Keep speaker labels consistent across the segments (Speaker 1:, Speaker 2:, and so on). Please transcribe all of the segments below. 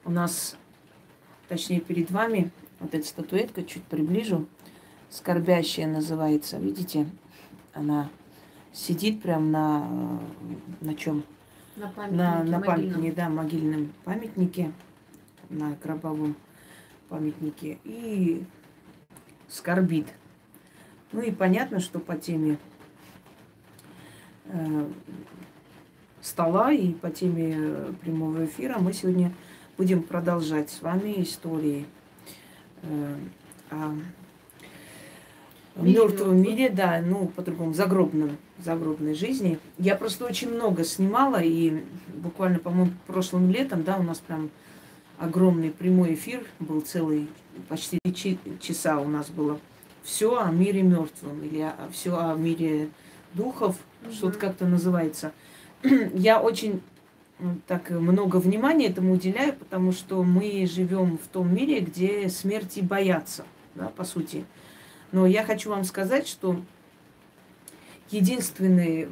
Speaker 1: У нас, точнее, перед вами вот эта статуэтка, чуть приближу, скорбящая называется. Видите, она сидит прям на чем?
Speaker 2: На памятнике
Speaker 1: На
Speaker 2: могильном.
Speaker 1: памятнике, да, могильном памятнике, на гробовом памятнике и скорбит. Ну и понятно, что по теме стола и по теме прямого эфира мы сегодня будем продолжать с вами истории о мертвом мире, да, ну, по-другому, загробной жизни. Я просто очень много снимала, и буквально, по-моему, прошлым летом, да, у нас прям огромный прямой эфир был, целый, почти 3 часа у нас было. Все о мире мертвом, или все о мире духов, что-то как-то называется. Я очень так много внимания этому уделяю, потому что мы живем в том мире, где смерти боятся, да, по сути. Но я хочу вам сказать, что единственная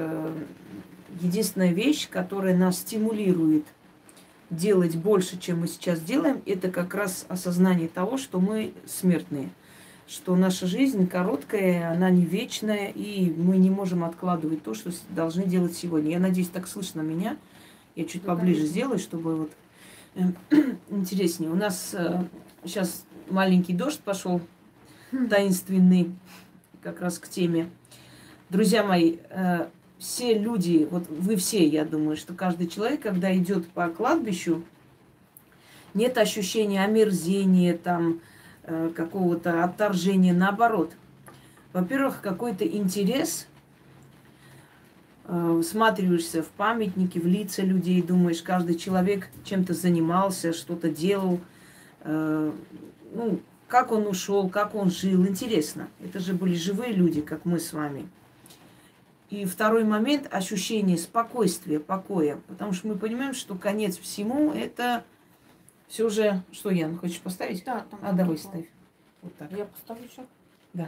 Speaker 1: вещь, которая нас стимулирует делать больше, чем мы сейчас делаем, это как раз осознание того, что мы смертные, что наша жизнь короткая, она не вечная, и мы не можем откладывать то, что должны делать сегодня. Я надеюсь, так слышно меня. Я чуть поближе сделаю, чтобы вот интереснее. У нас сейчас маленький дождь пошел, таинственный, как раз к теме. Друзья мои, все люди, вот вы все, я думаю, что каждый человек, когда идет по кладбищу, нет ощущения омерзения, там, какого-то отторжения, наоборот. Во-первых, какой-то интерес, всматриваешься в памятники, в лица людей, думаешь, каждый человек чем-то занимался, что-то делал, ну, как он ушел, как он жил. Интересно. Это же были живые люди, как мы с вами. И второй момент – ощущение спокойствия, покоя. Потому что мы понимаем, что конец всему – это все же… Что, Ян, хочешь поставить?
Speaker 2: Да, там.
Speaker 1: Давай ставь. Вот так.
Speaker 2: Я поставлю еще.
Speaker 1: Да.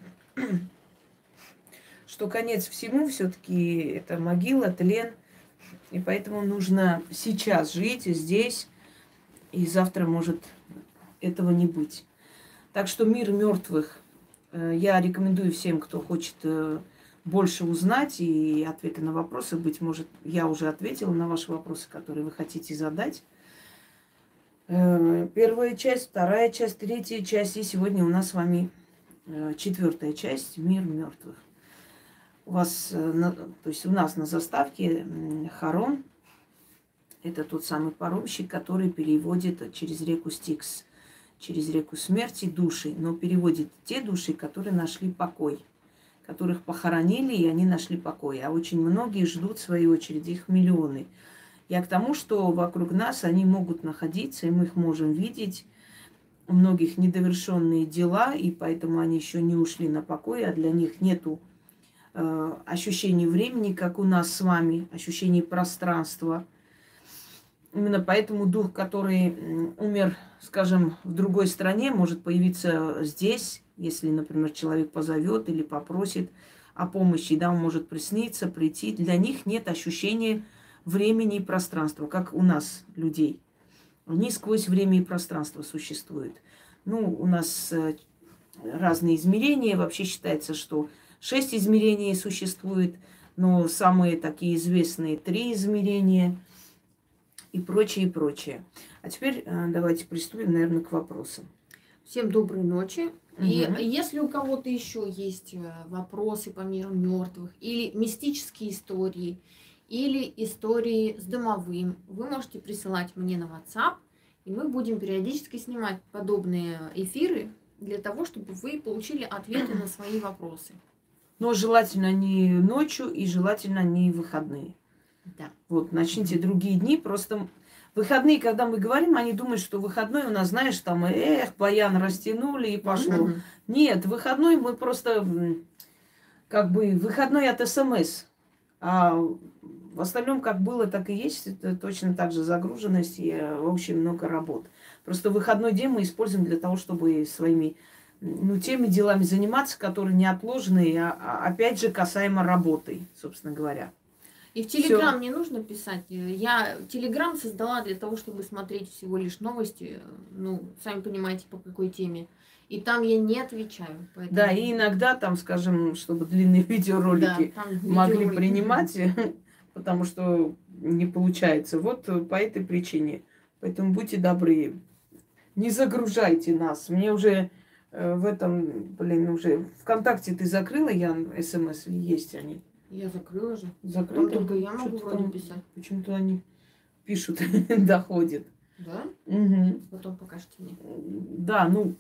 Speaker 1: Что конец всему все-таки это могила, тлен. И поэтому нужно сейчас жить здесь, и завтра может этого не быть. Так что мир мертвых я рекомендую всем, кто хочет больше узнать и ответы на вопросы. Быть может, я уже ответила на ваши вопросы, которые вы хотите задать. Первая часть, вторая часть, третья часть. И сегодня у нас с вами 4-я часть «Мир мертвых». У вас, то есть у нас на заставке Харон. Это тот самый паромщик, который переводит через реку Стикс, через реку смерти души, но переводит те души, которые нашли покой, которых похоронили, и они нашли покой. А очень многие ждут в своей очереди, их миллионы. Я к тому, что вокруг нас они могут находиться, и мы их можем видеть. У многих недовершенные дела, и поэтому они еще не ушли на покой, а для них нету ощущения времени, как у нас с вами, ощущения пространства. Именно поэтому дух, который умер, скажем, в другой стране, может появиться здесь, если, например, человек позовет или попросит о помощи, да, он может присниться, прийти. Для них нет ощущения времени и пространства, как у нас, людей. Они сквозь время и пространство существуют. Ну, у нас разные измерения. Вообще считается, что 6 измерений существует, но самые такие известные 3 измерения и прочее, и прочее. А теперь давайте приступим, наверное, к вопросам.
Speaker 2: Всем доброй ночи. И если у кого-то еще есть вопросы по миру мертвых, или мистические истории, или истории с домовым, вы можете присылать мне на WhatsApp, и мы будем периодически снимать подобные эфиры для того, чтобы вы получили ответы на свои вопросы.
Speaker 1: Но желательно не ночью и желательно не в выходные.
Speaker 2: Да.
Speaker 1: Вот, начните другие дни. Просто выходные, когда мы говорим, они думают, что выходной у нас, знаешь, там, баян растянули и пошло. Нет, выходной мы просто, как бы, выходной от СМС. А в остальном, как было, так и есть. Это точно так же загруженность и очень много работ. Просто выходной день мы используем для того, чтобы своими, теми делами заниматься, которые неотложные, опять же, касаемо работы, собственно говоря.
Speaker 2: И в Телеграм не нужно писать. Я Телеграм создала для того, чтобы смотреть всего лишь новости. Ну, сами понимаете, по какой теме. И там я не отвечаю. Поэтому...
Speaker 1: Да, и иногда там, скажем, чтобы длинные видеоролики могли принимать, потому что не получается. Вот по этой причине. Поэтому будьте добры, не загружайте нас. Мне уже в этом, уже ВКонтакте ты закрыла, Ян, СМС или есть они?
Speaker 2: Я закрыла же.
Speaker 1: Закрыла?
Speaker 2: Только я могу вроде писать.
Speaker 1: Почему-то они пишут, доходят.
Speaker 2: Да?
Speaker 1: Угу.
Speaker 2: Потом покажете мне.
Speaker 1: Да, ну...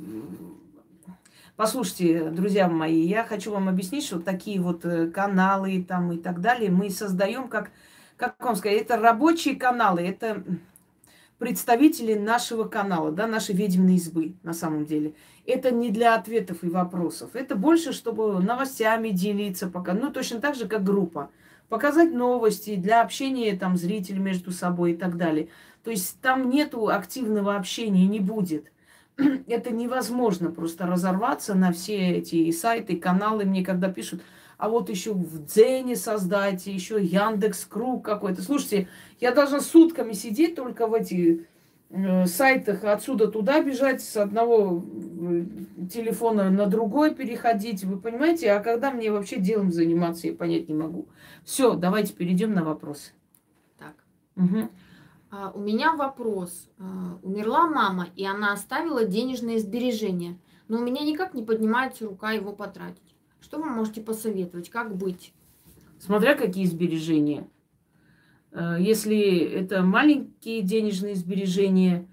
Speaker 1: Послушайте, друзья мои, я хочу вам объяснить, что такие вот каналы там и так далее мы создаем, как вам сказать, это рабочие каналы, это представители нашего канала, да, нашей ведьминой избы, на самом деле. Это не для ответов и вопросов. Это больше, чтобы новостями делиться пока. Ну, точно так же, как группа. Показать новости для общения там зрителей между собой и так далее. То есть там нету активного общения, не будет. Это невозможно просто разорваться на все эти сайты, каналы. Мне когда пишут, а вот еще в Дзене создать, еще Яндекс.Круг какой-то. Слушайте, я должна сутками сидеть только в этих сайтах, отсюда туда бежать, с одного телефона на другой переходить. Вы понимаете? А когда мне вообще делом заниматься, я понять не могу. Все, давайте перейдем на вопросы.
Speaker 2: Так.
Speaker 1: Угу.
Speaker 2: У меня вопрос. Умерла мама, и она оставила денежные сбережения, но у меня никак не поднимается рука его потратить. Что вы можете посоветовать? Как быть?
Speaker 1: Смотря какие сбережения. Если это маленькие денежные сбережения,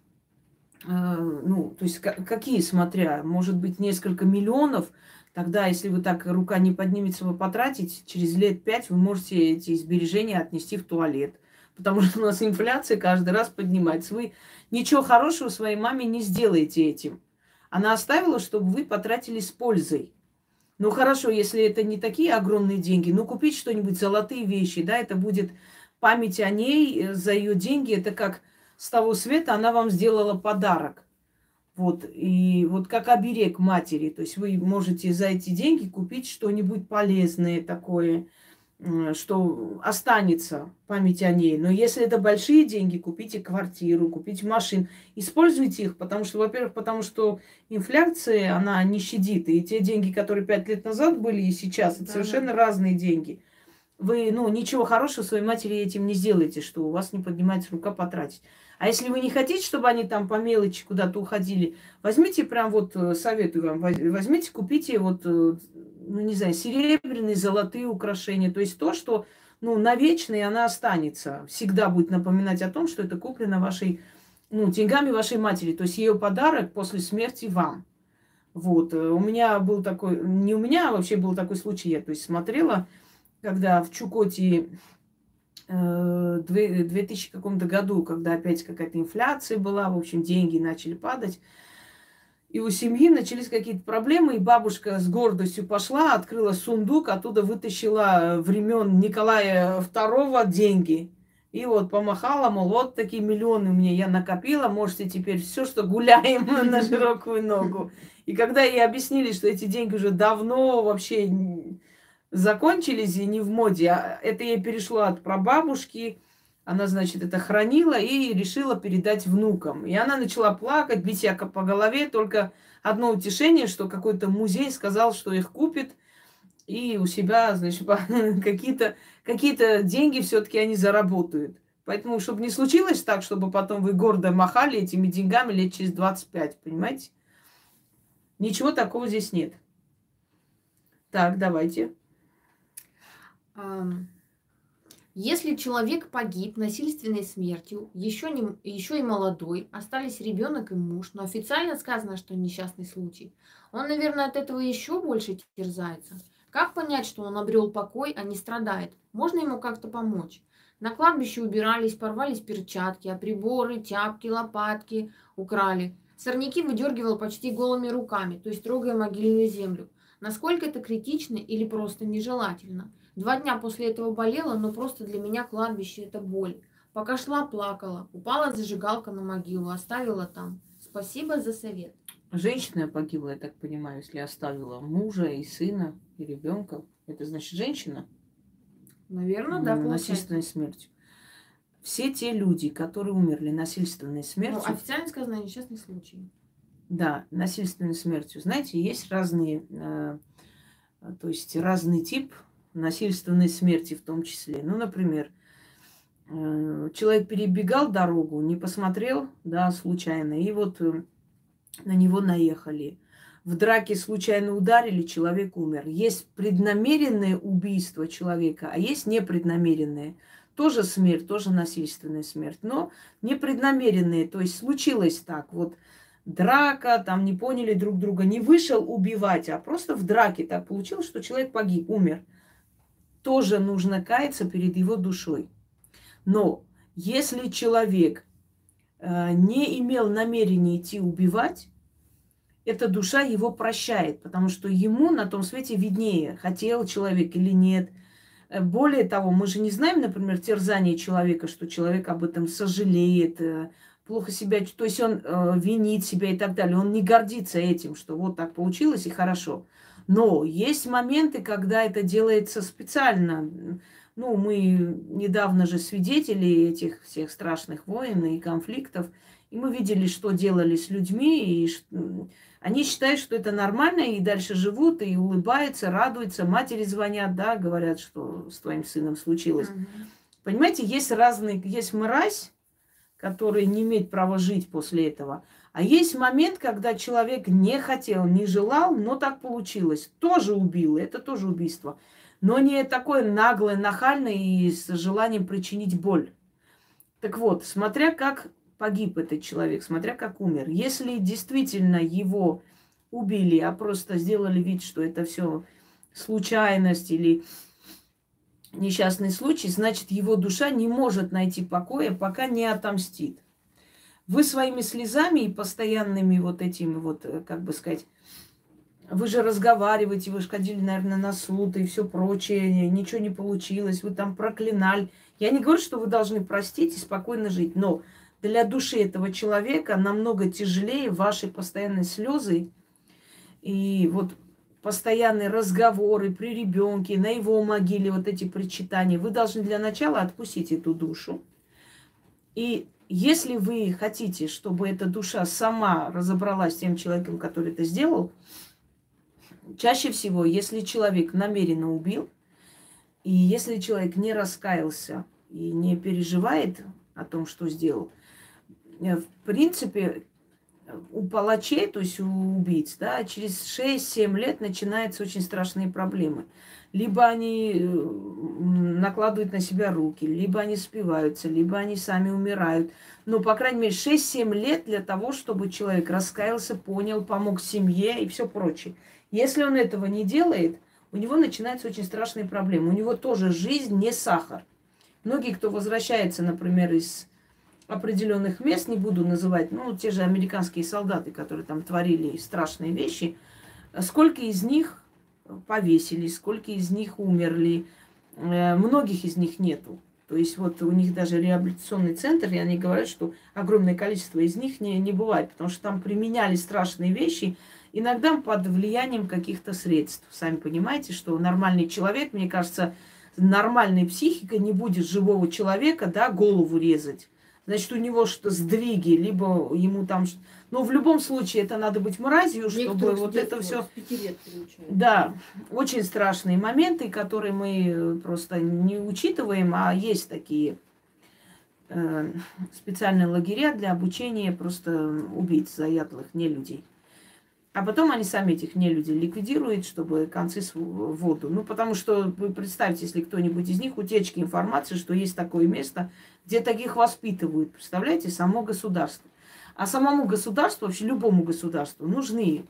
Speaker 1: ну, то есть какие, смотря, может быть, несколько миллионов, тогда, если вы так, рука не поднимется, вы потратить, через лет 5 вы можете эти сбережения отнести в туалет. Потому что у нас инфляция каждый раз поднимается. Вы ничего хорошего своей маме не сделаете этим. Она оставила, чтобы вы потратили с пользой. Ну хорошо, если это не такие огромные деньги, ну купить что-нибудь, золотые вещи, да, это будет память о ней за ее деньги. Это как с того света она вам сделала подарок. Вот, и вот как оберег матери. То есть вы можете за эти деньги купить что-нибудь полезное такое, что останется память о ней. Но если это большие деньги, купите квартиру, купите машину. Используйте их, потому что, во-первых, потому что инфляция, она не щадит. И те деньги, которые 5 лет назад были и сейчас, это совершенно разные деньги. Вы, ничего хорошего своей матери этим не сделаете, что у вас не поднимается рука потратить. А если вы не хотите, чтобы они там по мелочи куда-то уходили, возьмите прям вот, советую вам, возьмите, купите вот, не знаю, серебряные, золотые украшения. То есть то, что, навечно и она останется. Всегда будет напоминать о том, что это куплено вашей, деньгами вашей матери. То есть ее подарок после смерти вам. Вот. У меня был такой, не у меня, а вообще был такой случай, я, то есть, смотрела, когда в Чукоте в 2000 каком-то году, когда опять какая-то инфляция была, в общем, деньги начали падать, и у семьи начались какие-то проблемы, и бабушка с гордостью пошла, открыла сундук, оттуда вытащила времен Николая II деньги. И вот помахала, мол, вот такие миллионы мне я накопила, можете теперь все, что гуляем на широкую ногу. И когда ей объяснили, что эти деньги уже давно вообще закончились и не в моде, а это ей перешло от прабабушки, она, значит, это хранила и решила передать внукам. И она начала плакать, бить себя по голове, только одно утешение, что какой-то музей сказал, что их купит, и у себя, значит, какие-то деньги все-таки они заработают. Поэтому, чтобы не случилось так, чтобы потом вы гордо махали этими деньгами лет через 25, понимаете? Ничего такого здесь нет. Так, давайте.
Speaker 2: Если человек погиб насильственной смертью, еще и молодой, остались ребенок и муж, но официально сказано, что несчастный случай, он, наверное, от этого еще больше терзается. Как понять, что он обрел покой, а не страдает? Можно ему как-то помочь? На кладбище убирались, порвались перчатки, а приборы, тяпки, лопатки украли. Сорняки выдергивал почти голыми руками, то есть трогая могильную землю. Насколько это критично или просто нежелательно? 2 дня после этого болела, но просто для меня кладбище – это боль. Пока шла, плакала. Упала зажигалка на могилу, оставила там. Спасибо за совет.
Speaker 1: Женщина погибла, я так понимаю, если оставила мужа и сына, и ребенка. Это значит женщина?
Speaker 2: Наверное, да,
Speaker 1: насильственной смертью. Все те люди, которые умерли насильственной смертью...
Speaker 2: Ну, официально сказано несчастный случай.
Speaker 1: Да, насильственной смертью. Знаете, есть разные, то есть разный тип насильственной смерти в том числе. Ну, например, человек перебегал дорогу, не посмотрел, да, случайно, и вот на него наехали. В драке случайно ударили, человек умер. Есть преднамеренное убийство человека, а есть непреднамеренное. Тоже смерть, тоже насильственная смерть, но непреднамеренные. То есть случилось так, вот драка, там не поняли друг друга, не вышел убивать, а просто в драке так получилось, что человек погиб, умер. Тоже нужно каяться перед его душой. Но если человек не имел намерения идти убивать, эта душа его прощает, потому что ему на том свете виднее, хотел человек или нет. Более того, мы же не знаем, например, терзание человека, что человек об этом сожалеет, плохо себя, то есть он винит себя и так далее. Он не гордится этим, что вот так получилось и хорошо. Но есть моменты, когда это делается специально. Ну, мы недавно же свидетели этих всех страшных войн и конфликтов, и мы видели, что делали с людьми, и они считают, что это нормально, и дальше живут, и улыбаются, радуются. Матери звонят, да, говорят, что с твоим сыном случилось. Понимаете, есть разные, есть мразь, который не имеет права жить после этого. А есть момент, когда человек не хотел, не желал, но так получилось. Тоже убил, это тоже убийство. Но не такое наглое, нахальное и с желанием причинить боль. Так вот, смотря как погиб этот человек, смотря как умер. Если действительно его убили, а просто сделали вид, что это все случайность или несчастный случай, значит, его душа не может найти покоя, пока не отомстит. Вы своими слезами и постоянными вот этими вот, как бы сказать, вы же разговариваете, вы же ходили, наверное, на суд и все прочее, ничего не получилось, вы там проклинали. Я не говорю, что вы должны простить и спокойно жить, но для души этого человека намного тяжелее ваши постоянные слезы и вот постоянные разговоры при ребенке, на его могиле, вот эти причитания. Вы должны для начала отпустить эту душу. И если вы хотите, чтобы эта душа сама разобралась с тем человеком, который это сделал, чаще всего, если человек намеренно убил, и если человек не раскаялся и не переживает о том, что сделал, в принципе, у палачей, то есть у убийц, да, через 6-7 лет начинаются очень страшные проблемы. Либо они накладывают на себя руки, либо они спиваются, либо они сами умирают. Но, по крайней мере, 6-7 лет для того, чтобы человек раскаялся, понял, помог семье и все прочее. Если он этого не делает, у него начинаются очень страшные проблемы. У него тоже жизнь не сахар. Многие, кто возвращается, например, из определенных мест, не буду называть, ну, те же американские солдаты, которые там творили страшные вещи, сколько из них повесились, сколько из них умерли, многих из них нету. То есть вот у них даже реабилитационный центр, и они говорят, что огромное количество из них не бывает, потому что там применяли страшные вещи, иногда под влиянием каких-то средств. Сами понимаете, что нормальный человек, мне кажется, нормальной психикой не будет живого человека, да, голову резать. Значит, у него что сдвиги, либо ему там... Но в любом случае это надо быть мразью, чтобы вот это все... Да, очень страшные моменты, которые мы просто не учитываем, а есть такие специальные лагеря для обучения просто убийц, заядлых нелюдей. А потом они сами этих нелюдей ликвидируют, чтобы концы в воду. Ну, потому что вы представьте, если кто-нибудь из них утечки информации, что есть такое место, где таких воспитывают. Представляете, само государство. А самому государству, вообще любому государству, нужны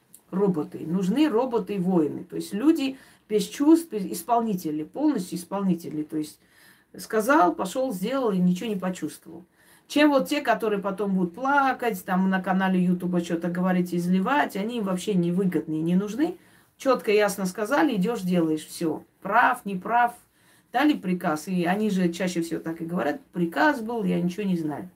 Speaker 1: роботы-воины. То есть люди без чувств, исполнители, полностью исполнители. То есть сказал, пошел, сделал и ничего не почувствовал. Чем вот те, которые потом будут плакать, там на канале Ютуба что-то говорить, изливать, они им вообще не выгодны, не нужны. Четко, ясно сказали, идешь, делаешь все. Прав, не прав. Дали приказ, и они же чаще всего так и говорят, приказ был, я ничего не знаю.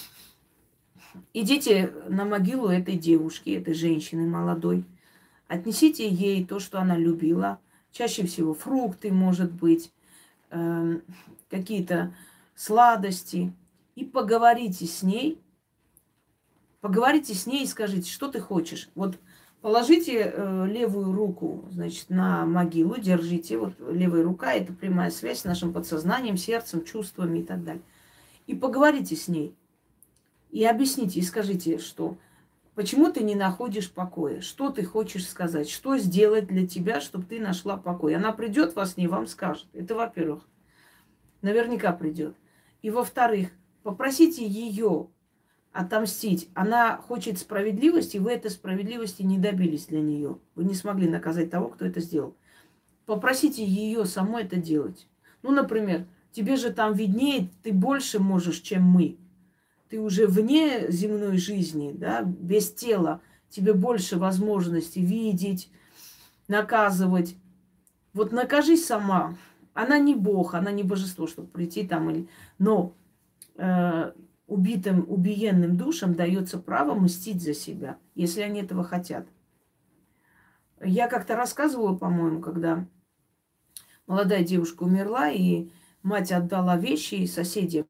Speaker 1: Идите на могилу этой девушки, этой женщины молодой. Отнесите ей то, что она любила. Чаще всего фрукты, может быть, какие-то сладости, и поговорите с ней. Поговорите с ней и скажите, что ты хочешь. Вот положите левую руку, значит, на могилу, держите. Вот левая рука – это прямая связь с нашим подсознанием, сердцем, чувствами и так далее. И поговорите с ней. И объясните, и скажите, что почему ты не находишь покоя, что ты хочешь сказать, что сделать для тебя, чтобы ты нашла покой. Она придет во сне и вам скажет. Это во-первых. Наверняка придет. И во-вторых, попросите ее отомстить. Она хочет справедливости, и вы этой справедливости не добились для нее. Вы не смогли наказать того, кто это сделал. Попросите ее самой это делать. Ну, например, тебе же там виднее, ты больше можешь, чем мы. Ты уже вне земной жизни, да, без тела. Тебе больше возможностей видеть, наказывать. Вот накажись сама. Она не бог, она не божество, чтобы прийти там. Но убиенным душам дается право мстить за себя, если они этого хотят. Я как-то рассказывала, по-моему, когда молодая девушка умерла, и мать отдала вещи соседям.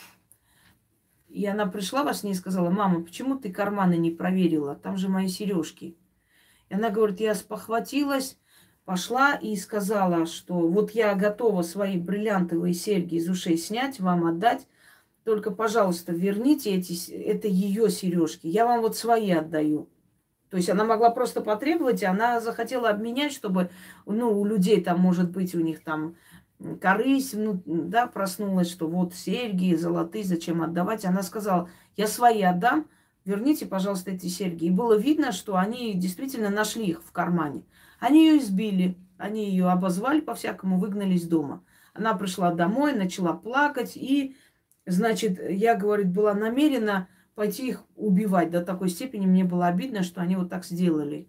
Speaker 1: И она пришла во сне и сказала: мама, почему ты карманы не проверила? Там же мои сережки. И она говорит: я спохватилась, пошла и сказала, что вот я готова свои бриллиантовые серьги из ушей снять, вам отдать. Только, пожалуйста, верните это ее сережки. Я вам вот свои отдаю. То есть она могла просто потребовать, и она захотела обменять, чтобы, ну, у людей там, может быть, у них там корысть, ну, да, проснулась, что вот серьги золотые, зачем отдавать. Она сказала: я свои отдам, верните, пожалуйста, эти серьги. И было видно, что они действительно нашли их в кармане. Они ее избили, они ее обозвали по-всякому, выгнали из дома. Она пришла домой, начала плакать, и, значит, я, говорит, была намерена пойти их убивать. До такой степени мне было обидно, что они вот так сделали.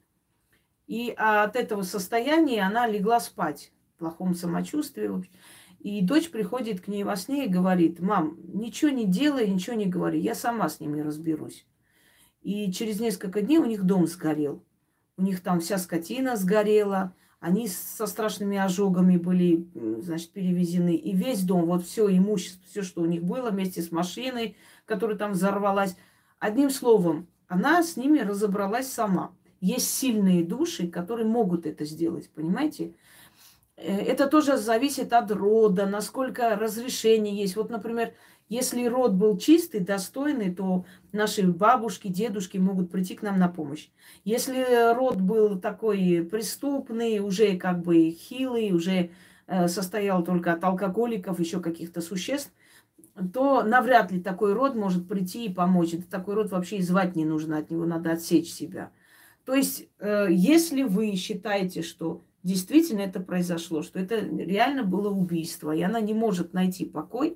Speaker 1: И от этого состояния она легла спать в плохом самочувствии. И дочь приходит к ней во сне и говорит: мам, ничего не делай, ничего не говори, я сама с ними разберусь. И через несколько дней у них дом сгорел. У них там вся скотина сгорела, они со страшными ожогами были, значит, перевезены. И весь дом, вот все имущество, все, что у них было, вместе с машиной, которая там взорвалась. Одним словом, она с ними разобралась сама. Есть сильные души, которые могут это сделать, понимаете? Это тоже зависит от рода, насколько разрешений есть. Вот, например, если род был чистый, достойный, то наши бабушки, дедушки могут прийти к нам на помощь. Если род был такой преступный, уже как бы хилый, уже состоял только от алкоголиков, еще каких-то существ, то навряд ли такой род может прийти и помочь. Это такой род вообще и звать не нужно, от него надо отсечь себя. То есть, если вы считаете, что действительно это произошло, что это реально было убийство, и она не может найти покой,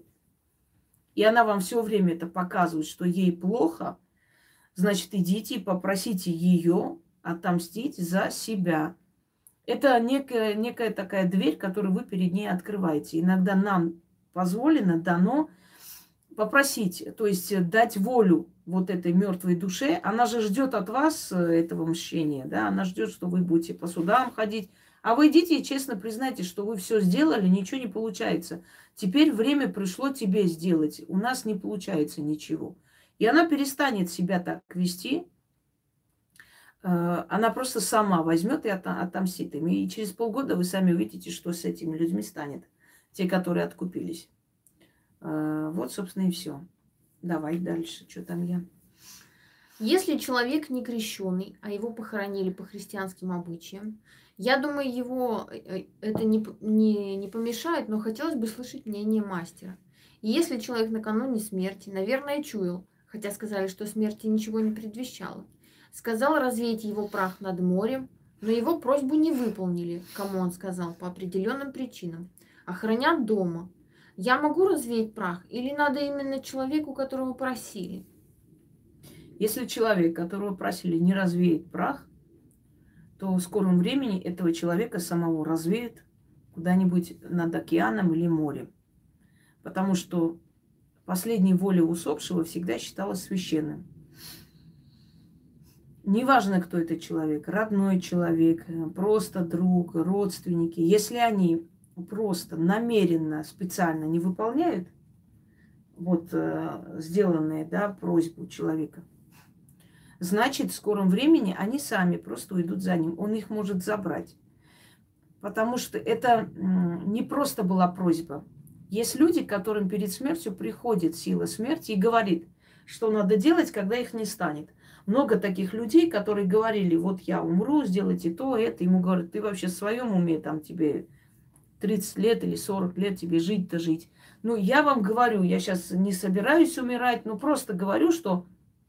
Speaker 1: и она вам все время это показывает, что ей плохо, значит, идите и попросите ее отомстить за себя. Это некая такая дверь, которую вы перед ней открываете. Иногда нам позволено, дано попросить, то есть дать волю вот этой мертвой душе. Она же ждет от вас этого мщения, да, она ждет, что вы будете по судам ходить. А вы идите и честно признайте, что вы все сделали, ничего не получается. Теперь время пришло тебе сделать. У нас не получается ничего. И она перестанет себя так вести. Она просто сама возьмет и отомстит им. И через полгода вы сами увидите, что с этими людьми станет. Те, которые откупились. Вот, собственно, и все. Давай дальше. Что там я?
Speaker 2: Если человек не крещеный, а его похоронили по христианским обычаям, я думаю, его это не помешает, но хотелось бы слышать мнение мастера. И если человек накануне смерти, наверное, чуял, хотя сказали, что смерти ничего не предвещало, сказал развеять его прах над морем, но его просьбу не выполнили, кому он сказал, по определенным причинам, а хранят дома. Я могу развеять прах или надо именно человеку, которого просили?
Speaker 1: Если человек, которого просили, не развеет прах, то в скором времени этого человека самого развеют куда-нибудь над океаном или морем. Потому что последняя воля усопшего всегда считалась священным. Неважно, кто это человек, родной человек, просто друг, родственники. Если они просто намеренно, специально не выполняют вот сделанные, да, просьбу человека, значит, в скором времени они сами просто уйдут за ним. Он их может забрать. Потому что это не просто была просьба. Есть люди, которым перед смертью приходит сила смерти и говорит, что надо делать, когда их не станет. Много таких людей, которые говорили, вот я умру, сделайте то, это. Ему говорят, ты вообще в своем уме, там тебе 30 лет или 40 лет, тебе жить-то жить. Ну, я вам говорю, я сейчас не собираюсь умирать, но просто говорю, что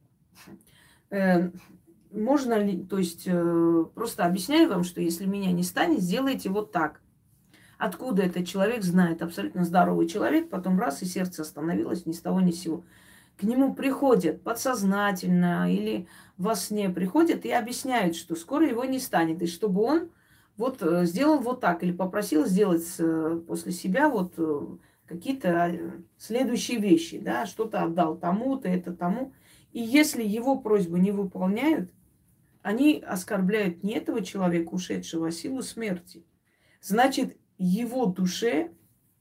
Speaker 1: можно ли, то есть просто объясняю вам, что если меня не станет, сделайте вот так. Откуда этот человек знает? Абсолютно здоровый человек, потом раз, и сердце остановилось ни с того ни с сего. К нему приходят подсознательно или во сне приходят и объясняют, что скоро его не станет, и чтобы он вот сделал вот так, или попросил сделать после себя вот какие-то следующие вещи, да, что-то отдал тому-то, это тому. И если его просьбу не выполняют, они оскорбляют не этого человека, ушедшего, а силу смерти. Значит, его душе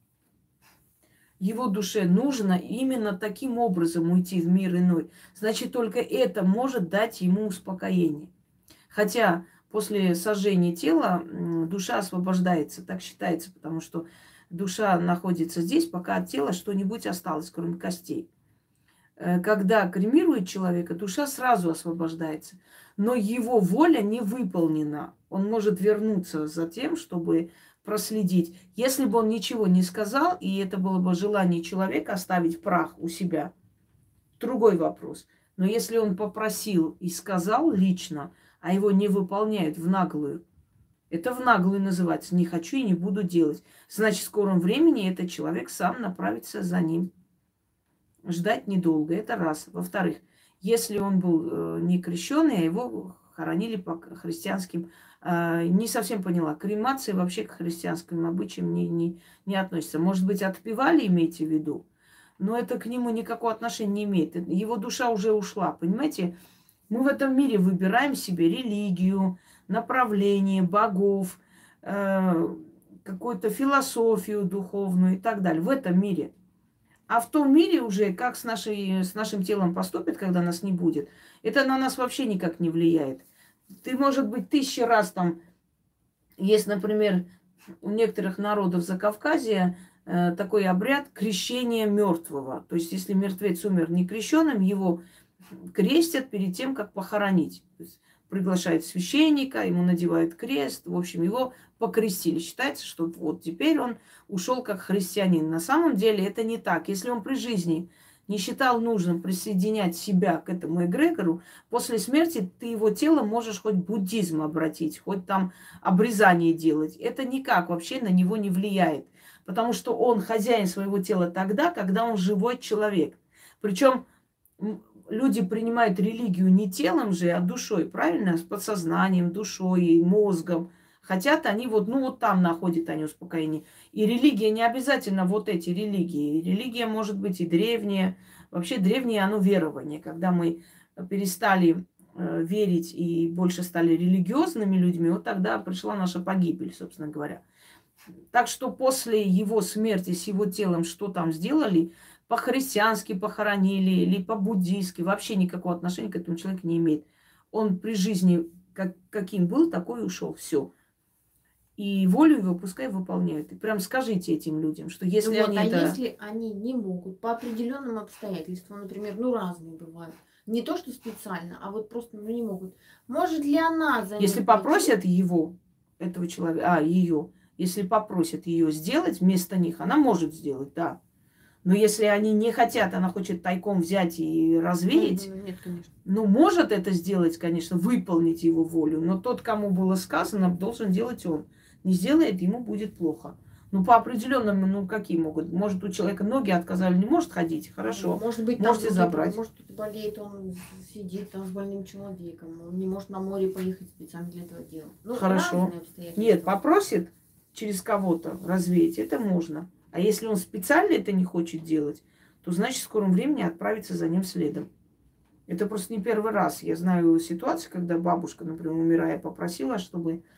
Speaker 1: нужно именно таким образом уйти в мир иной. Значит, только это может дать ему успокоение. Хотя после сожжения тела душа освобождается, так считается, потому что душа находится здесь, пока от тела что-нибудь осталось, кроме костей. Когда кремирует человека, душа сразу освобождается. Но его воля не выполнена. Он может вернуться за тем, чтобы проследить. Если бы он ничего не сказал, и это было бы желание человека оставить прах у себя, другой вопрос. Но если он попросил и сказал лично, а его не выполняют в наглую, это в наглую называется. Не хочу и не буду делать. Значит, в скором времени этот человек сам направится за ним. Ждать недолго, это раз. Во-вторых, если он был не крещеный, а его хоронили по христианским, не совсем поняла, кремация вообще к христианским обычаям не относится. Может быть, отпевали, имейте в виду, но это к нему никакого отношения не имеет. Его душа уже ушла, понимаете? Мы в этом мире выбираем себе религию, направление, богов, какую-то философию духовную и так далее. В этом мире. А в том мире уже, как с нашим телом поступит, когда нас не будет, это на нас вообще никак не влияет. Ты, может быть, 1000 раз там... Есть, например, у некоторых народов Закавказья такой обряд крещения мертвого. То есть, если мертвец умер не крещенным, его крестят перед тем, как похоронить. То есть, приглашают священника, ему надевают крест, в общем, его покрестили. Считается, что вот теперь он ушел как христианин. На самом деле это не так. Если он при жизни не считал нужным присоединять себя к этому эгрегору, после смерти ты его тело можешь хоть буддизм обратить, хоть там обрезание делать. Это никак вообще на него не влияет. Потому что он хозяин своего тела тогда, когда он живой человек. Причем люди принимают религию не телом же, а душой, правильно? С подсознанием, душой, мозгом. Хотят они вот там находят они успокоение. И религия не обязательно вот эти религии. Религия может быть и древняя. Вообще древнее оно верование. Когда мы перестали верить и больше стали религиозными людьми, вот тогда пришла наша погибель, собственно говоря. Так что после его смерти с его телом что там сделали, по-христиански похоронили или по-буддийски, вообще никакого отношения к этому человеку не имеет. Он при жизни каким был, такой и ушел. Все. И волю его пускай выполняют. И прям скажите этим людям, что если
Speaker 2: вот,
Speaker 1: они
Speaker 2: если они не могут по определенным обстоятельствам, например, разные бывают, не то, что специально, а вот просто не могут. Может ли она за
Speaker 1: Если попросят его, этого человека, ее, если попросят ее сделать вместо них, она может сделать, да. Но если они не хотят, она хочет тайком взять и развеять,
Speaker 2: нет, конечно.
Speaker 1: Может это сделать, конечно, выполнить его волю, но тот, кому было сказано, должен делать он. Не сделает, ему будет плохо. По определенным, какие могут? Может, у человека ноги отказали, не может ходить? Хорошо,
Speaker 2: может быть,
Speaker 1: можете забрать.
Speaker 2: Может, болеет, он сидит там с больным человеком, он не может на море поехать специально для этого дела.
Speaker 1: Хорошо. Нет, попросит через кого-то развеять, это можно. А если он специально это не хочет делать, то значит в скором времени отправиться за ним следом. Это просто не первый раз. Я знаю ситуацию, когда бабушка, например, умирая, попросила, чтобы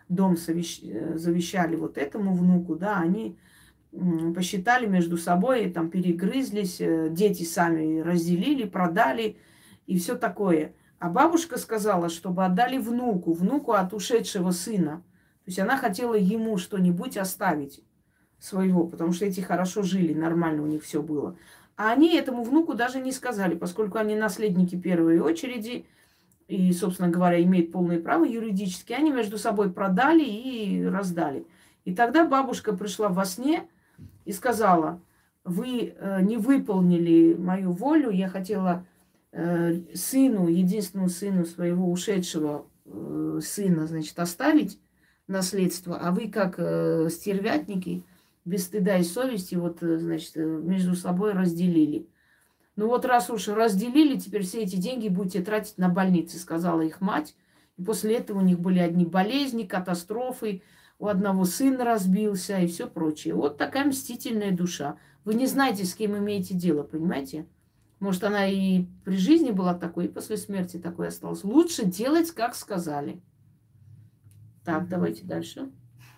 Speaker 1: дом завещали вот этому внуку, да, они посчитали между собой, там перегрызлись, дети сами разделили, продали и все такое. А бабушка сказала, чтобы отдали внуку от ушедшего сына. То есть она хотела ему что-нибудь оставить своего, потому что эти хорошо жили, нормально у них все было. А они этому внуку даже не сказали, поскольку они наследники первой очереди и, собственно говоря, имеют полное право юридически, они между собой продали и раздали. И тогда бабушка пришла во сне и сказала: вы не выполнили мою волю, я хотела сыну, единственному сыну своего ушедшего сына, значит, оставить наследство, а вы, как стервятники, без стыда и совести, вот, значит, между собой разделили. Ну вот раз уж разделили, теперь все эти деньги будете тратить на больницы, сказала их мать. И после этого у них были одни болезни, катастрофы, у одного сын разбился и все прочее. Вот такая мстительная душа. Вы не знаете, с кем имеете дело, понимаете? Может, она и при жизни была такой, и после смерти такой осталась. Лучше делать, как сказали. Так, давайте дальше.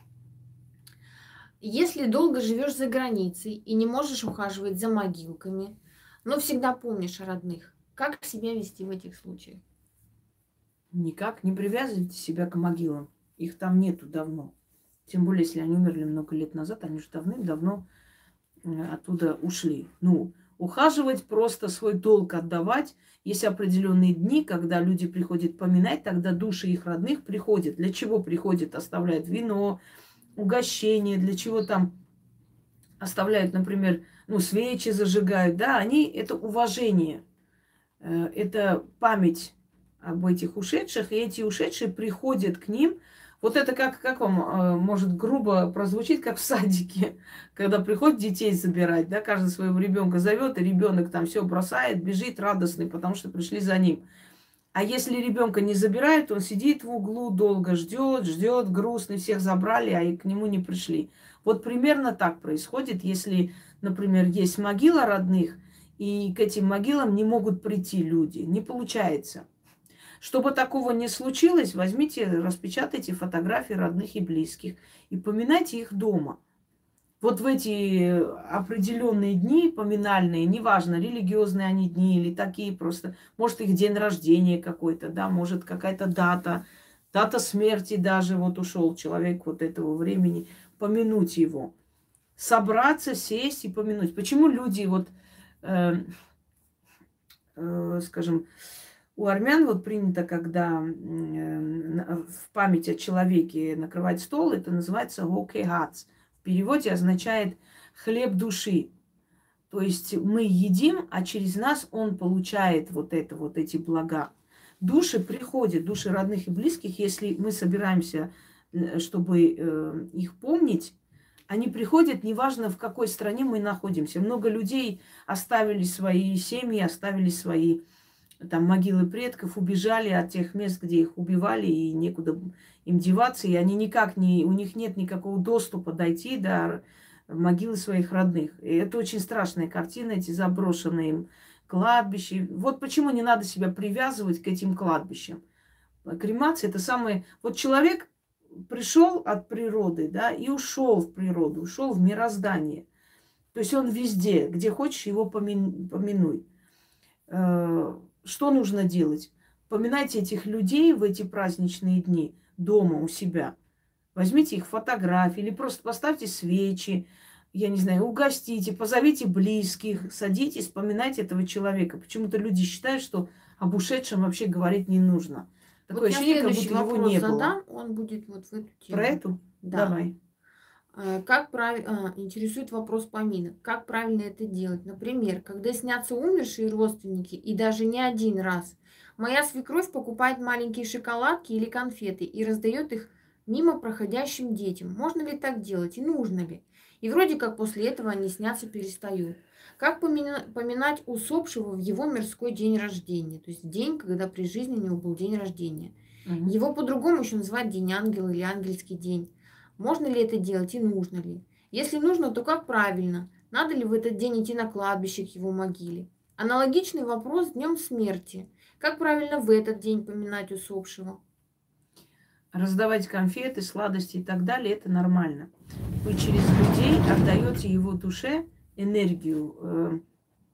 Speaker 2: Если долго живешь за границей и не можешь ухаживать за могилками, но всегда помнишь о родных, как себя вести в этих случаях?
Speaker 1: Никак не привязывайте себя к могилам. Их там нету давно. Тем более, если они умерли много лет назад, они же давным-давно оттуда ушли. Ну, ухаживать, просто свой долг отдавать. Есть определенные дни, когда люди приходят поминать, тогда души их родных приходят. Для чего приходят? Оставляют вино, угощение, для чего там оставляют, например, ну, свечи зажигают. Да, они, это уважение, это память об этих ушедших, и эти ушедшие приходят к ним. Вот это как вам, может, грубо прозвучит, как в садике, когда приходят детей забирать, да, каждый своего ребенка зовет, и ребенок там все бросает, бежит радостный, потому что пришли за ним. А если ребенка не забирают, он сидит в углу, долго ждет, грустный, всех забрали, а и к нему не пришли. Вот примерно так происходит, если, например, есть могила родных, и к этим могилам не могут прийти люди. Не получается. Чтобы такого не случилось, возьмите, распечатайте фотографии родных и близких и поминайте их дома. Вот в эти определенные дни поминальные, неважно, религиозные они дни или такие просто, может, их день рождения какой-то, да, может, какая-то дата смерти даже, вот ушел человек вот этого времени, помянуть его. Собраться, сесть и помянуть. Почему люди, вот, скажем, у армян вот принято, когда в память о человеке накрывать стол, это называется «гокегац». В переводе означает «хлеб души». То есть мы едим, а через нас он получает вот эти блага. Души приходят, души родных и близких, если мы собираемся, чтобы их помнить, они приходят, неважно, в какой стране мы находимся. Много людей оставили свои семьи, оставили свои там могилы предков, убежали от тех мест, где их убивали, и некуда им деваться, и они никак не, у них нет никакого доступа дойти до могилы своих родных. И это очень страшная картина, эти заброшенные им кладбища. Вот почему не надо себя привязывать к этим кладбищам. Кремация – это самое... Вот человек пришел от природы, да, и ушел в природу, ушел в мироздание. То есть он везде, где хочешь, его помянуй. Что нужно делать? Поминайте этих людей в эти праздничные дни дома у себя. Возьмите их фотографии или просто поставьте свечи, я не знаю, угостите, позовите близких, садитесь, вспоминайте этого человека. Почему-то люди считают, что об ушедшем вообще говорить не нужно. Такое
Speaker 2: Вот
Speaker 1: ощущение, как будто его не
Speaker 2: задам,
Speaker 1: было.
Speaker 2: Он будет вот в эту тему.
Speaker 1: Про эту?
Speaker 2: Да.
Speaker 1: Давай.
Speaker 2: Интересует вопрос поминок. Как правильно это делать? Например, когда снятся умершие родственники, и даже не один раз, моя свекровь покупает маленькие шоколадки или конфеты и раздает их мимо проходящим детям. Можно ли так делать и нужно ли? И вроде как после этого они сняться перестают. Как поминать усопшего в его мирской день рождения? То есть день, когда при жизни у него был день рождения. Его по-другому еще называют День ангела или ангельский день. Можно ли это делать и нужно ли? Если нужно, то как правильно? Надо ли в этот день идти на кладбище к его могиле? Аналогичный вопрос с днем смерти. Как правильно в этот день поминать усопшего?
Speaker 1: раздавать конфеты, сладости и так далее, это нормально. Вы через людей отдаете его душе энергию,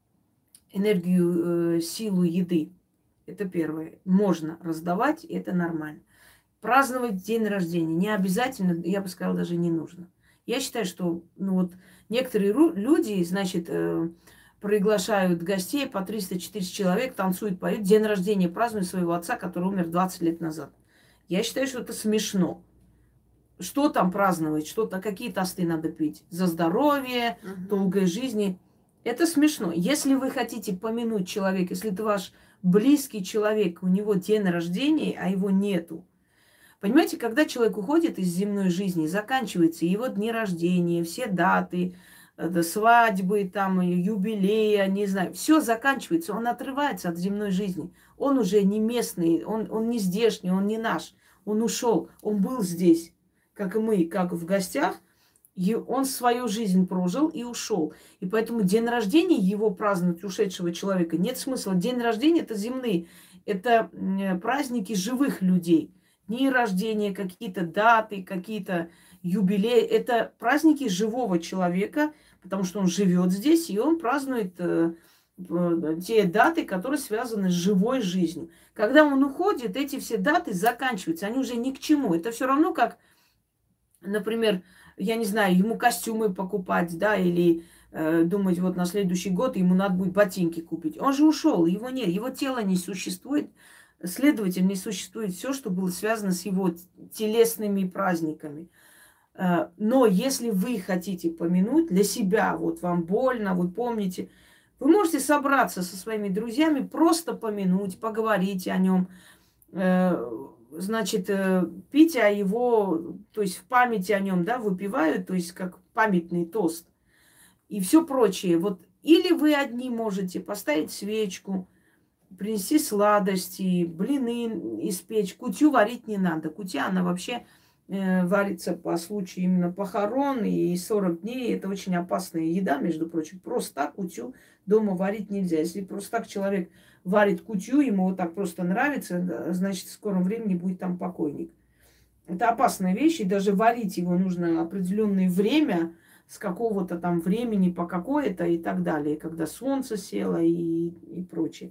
Speaker 1: силу еды. Это первое. Можно раздавать, это нормально. Праздновать день рождения не обязательно, я бы сказала, даже не нужно. Я считаю, что ну вот, некоторые люди, значит, приглашают гостей по 300-400 человек, танцуют, поют, день рождения празднуют своего отца, который умер 20 лет назад. Я считаю, что это смешно. Что там праздновать, что-то, какие тосты надо пить? За здоровье, долгой жизни. Это смешно. Если вы хотите помянуть человека, если это ваш близкий человек, у него день рождения, а его нету. Понимаете, когда человек уходит из земной жизни, заканчиваются его дни рождения, все даты, свадьбы, там, юбилея, не знаю, все заканчивается, он отрывается от земной жизни. Он уже не местный, он не здешний, он не наш. Он ушел, он был здесь, как и мы, как в гостях, и он свою жизнь прожил и ушел. И поэтому день рождения его праздновать ушедшего человека нет смысла. День рождения это земные, это праздники живых людей. Дни рождения, какие-то даты, какие-то юбилеи. Это праздники живого человека, потому что он живет здесь, и он празднует те даты, которые связаны с живой жизнью. Когда он уходит, эти все даты заканчиваются, они уже ни к чему. Это все равно как, например, я не знаю, ему костюмы покупать, да, или думать, вот на следующий год ему надо будет ботинки купить. Он же ушел, его нет, его тело не существует, следовательно, не существует все, что было связано с его телесными праздниками. Но если вы хотите помянуть для себя, вот вам больно, вы помните, вы можете собраться со своими друзьями, просто помянуть, поговорить о нем, значит, пить о его, то есть в памяти о нем, да, выпивают, то есть как памятный тост и все прочее. Вот или вы одни можете поставить свечку, принести сладости, блины испечь. Кутю варить не надо. Кутя, она вообще варится по случаю именно похорон и 40 дней. Это очень опасная еда, между прочим. Просто так кутю дома варить нельзя. Если просто так человек варит кутю, ему вот так просто нравится, значит, в скором времени будет там покойник. Это опасная вещь, и даже варить его нужно определенное время, с какого-то там времени по какое-то и так далее, когда солнце село и прочее.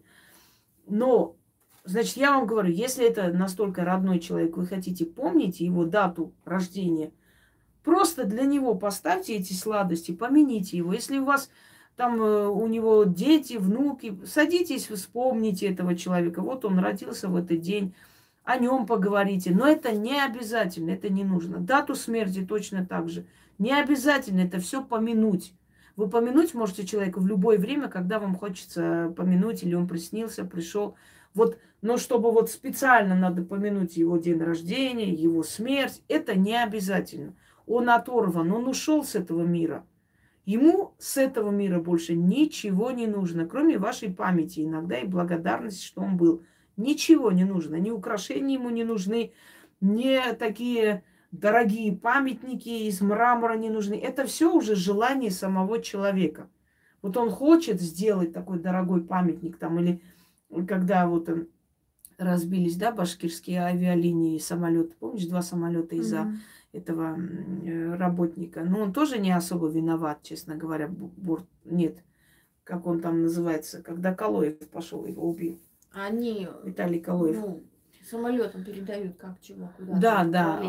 Speaker 1: Но, значит, я вам говорю, если это настолько родной человек, вы хотите помнить его дату рождения, просто для него поставьте эти сладости, помяните его. Если у вас там у него дети, внуки, садитесь, вспомните этого человека. Вот он родился в этот день, о нем поговорите. Но это не обязательно, это не нужно. Дату смерти точно так же. Не обязательно это все помянуть. Вы помянуть можете человека в любое время, когда вам хочется помянуть, или он приснился, пришел. Вот, но чтобы вот специально надо помянуть его день рождения, его смерть, это не обязательно. Он оторван, он ушел с этого мира. Ему с этого мира больше ничего не нужно, кроме вашей памяти, иногда и благодарности, что он был. Ничего не нужно, ни украшения ему не нужны, ни такие дорогие памятники из мрамора не нужны. Это все уже желание самого человека. Вот он хочет сделать такой дорогой памятник там, или когда вот разбились, да, башкирские авиалинии, самолеты, помнишь, 2 самолета из-за этого работника. Но он тоже не особо виноват, честно говоря. Нет, как он там называется, когда Калоев пошел, его убил.
Speaker 2: Они,
Speaker 1: Виталий Калоев.
Speaker 2: ну, самолетом передают как чего, куда.
Speaker 1: Да, да,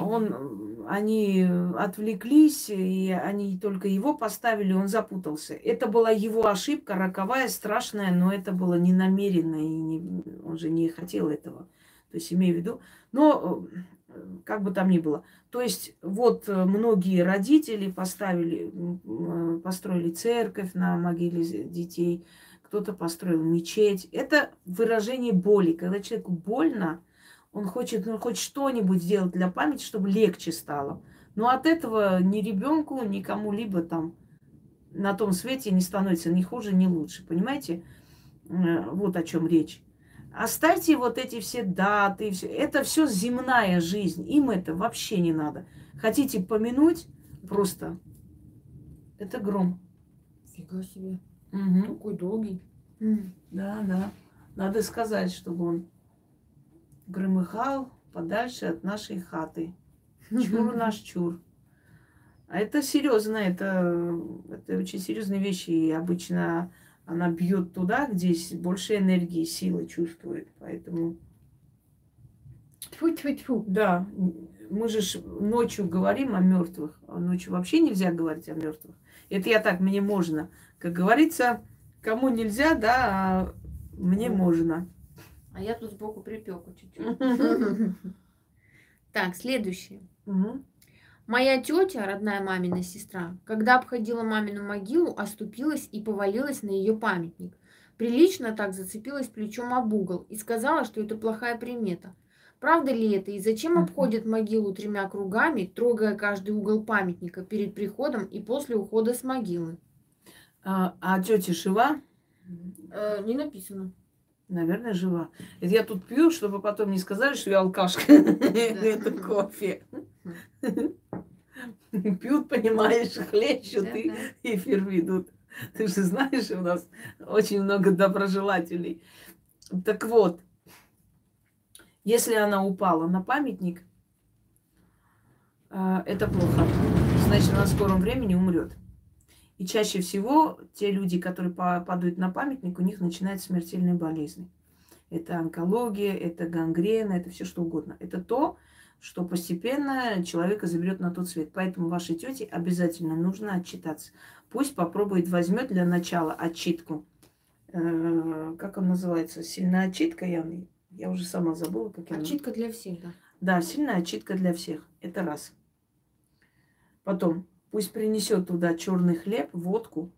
Speaker 1: они отвлеклись, и они только его поставили, он запутался. Это была его ошибка, роковая, страшная, но это было не намеренно, и он же не хотел этого. То есть, имею в виду, но как бы там ни было. То есть, вот многие родители построили церковь на могиле детей, кто-то построил мечеть. Это выражение боли. Когда человеку больно, он хочет, хоть что-нибудь сделать для памяти, чтобы легче стало. Но от этого ни ребенку, ни кому-либо там на том свете не становится ни хуже, ни лучше. Понимаете? Вот о чем речь. Оставьте вот эти все даты. Это все земная жизнь. Им это вообще не надо. Хотите помянуть? Просто это гром.
Speaker 2: Фига себе.
Speaker 1: Угу.
Speaker 2: Такой долгий.
Speaker 1: Да, да. Надо сказать, чтобы он громыхал, подальше от нашей хаты. Чур наш чур. А это серьезно, это очень серьезные вещи. И обычно она бьет туда, где больше энергии, силы чувствует. Поэтому...
Speaker 2: Тьфу-тьфу-тьфу.
Speaker 1: Да, мы же ночью говорим о мертвых, а ночью вообще нельзя говорить о мертвых. Это я так, мне можно. Как говорится, кому нельзя, да, а мне можно.
Speaker 2: А я тут сбоку припеку чуть-чуть. Так, следующее. Моя тетя, родная мамина сестра, когда обходила мамину могилу, оступилась и повалилась на ее памятник. Прилично так зацепилась плечом об угол и сказала, что это плохая примета. Правда ли это? И зачем обходят могилу 3 кругами, трогая каждый угол памятника перед приходом и после ухода с могилы?
Speaker 1: А тетя жива?
Speaker 2: Не написано.
Speaker 1: Наверное, жива. Это я тут пью, чтобы потом не сказали, что я алкашка. Это кофе. Пьют, понимаешь, хлещут и эфир ведут. Ты же знаешь, у нас очень много доброжелателей. Так вот, если она упала на памятник, это плохо. Значит, она в скором времени умрет. И чаще всего те люди, которые падают на памятник, у них начинают смертельные болезни. Это онкология, это гангрена, это все что угодно. Это то, что постепенно человека заберет на тот свет. Поэтому вашей тете обязательно нужно отчитаться. Пусть попробует, возьмет для начала отчитку. Как он называется? Сильная отчитка, я уже сама забыла, как я.
Speaker 2: Отчитка для всех, да.
Speaker 1: Да, сильная отчитка для всех. Это раз. Потом пусть принесет туда черный хлеб, водку.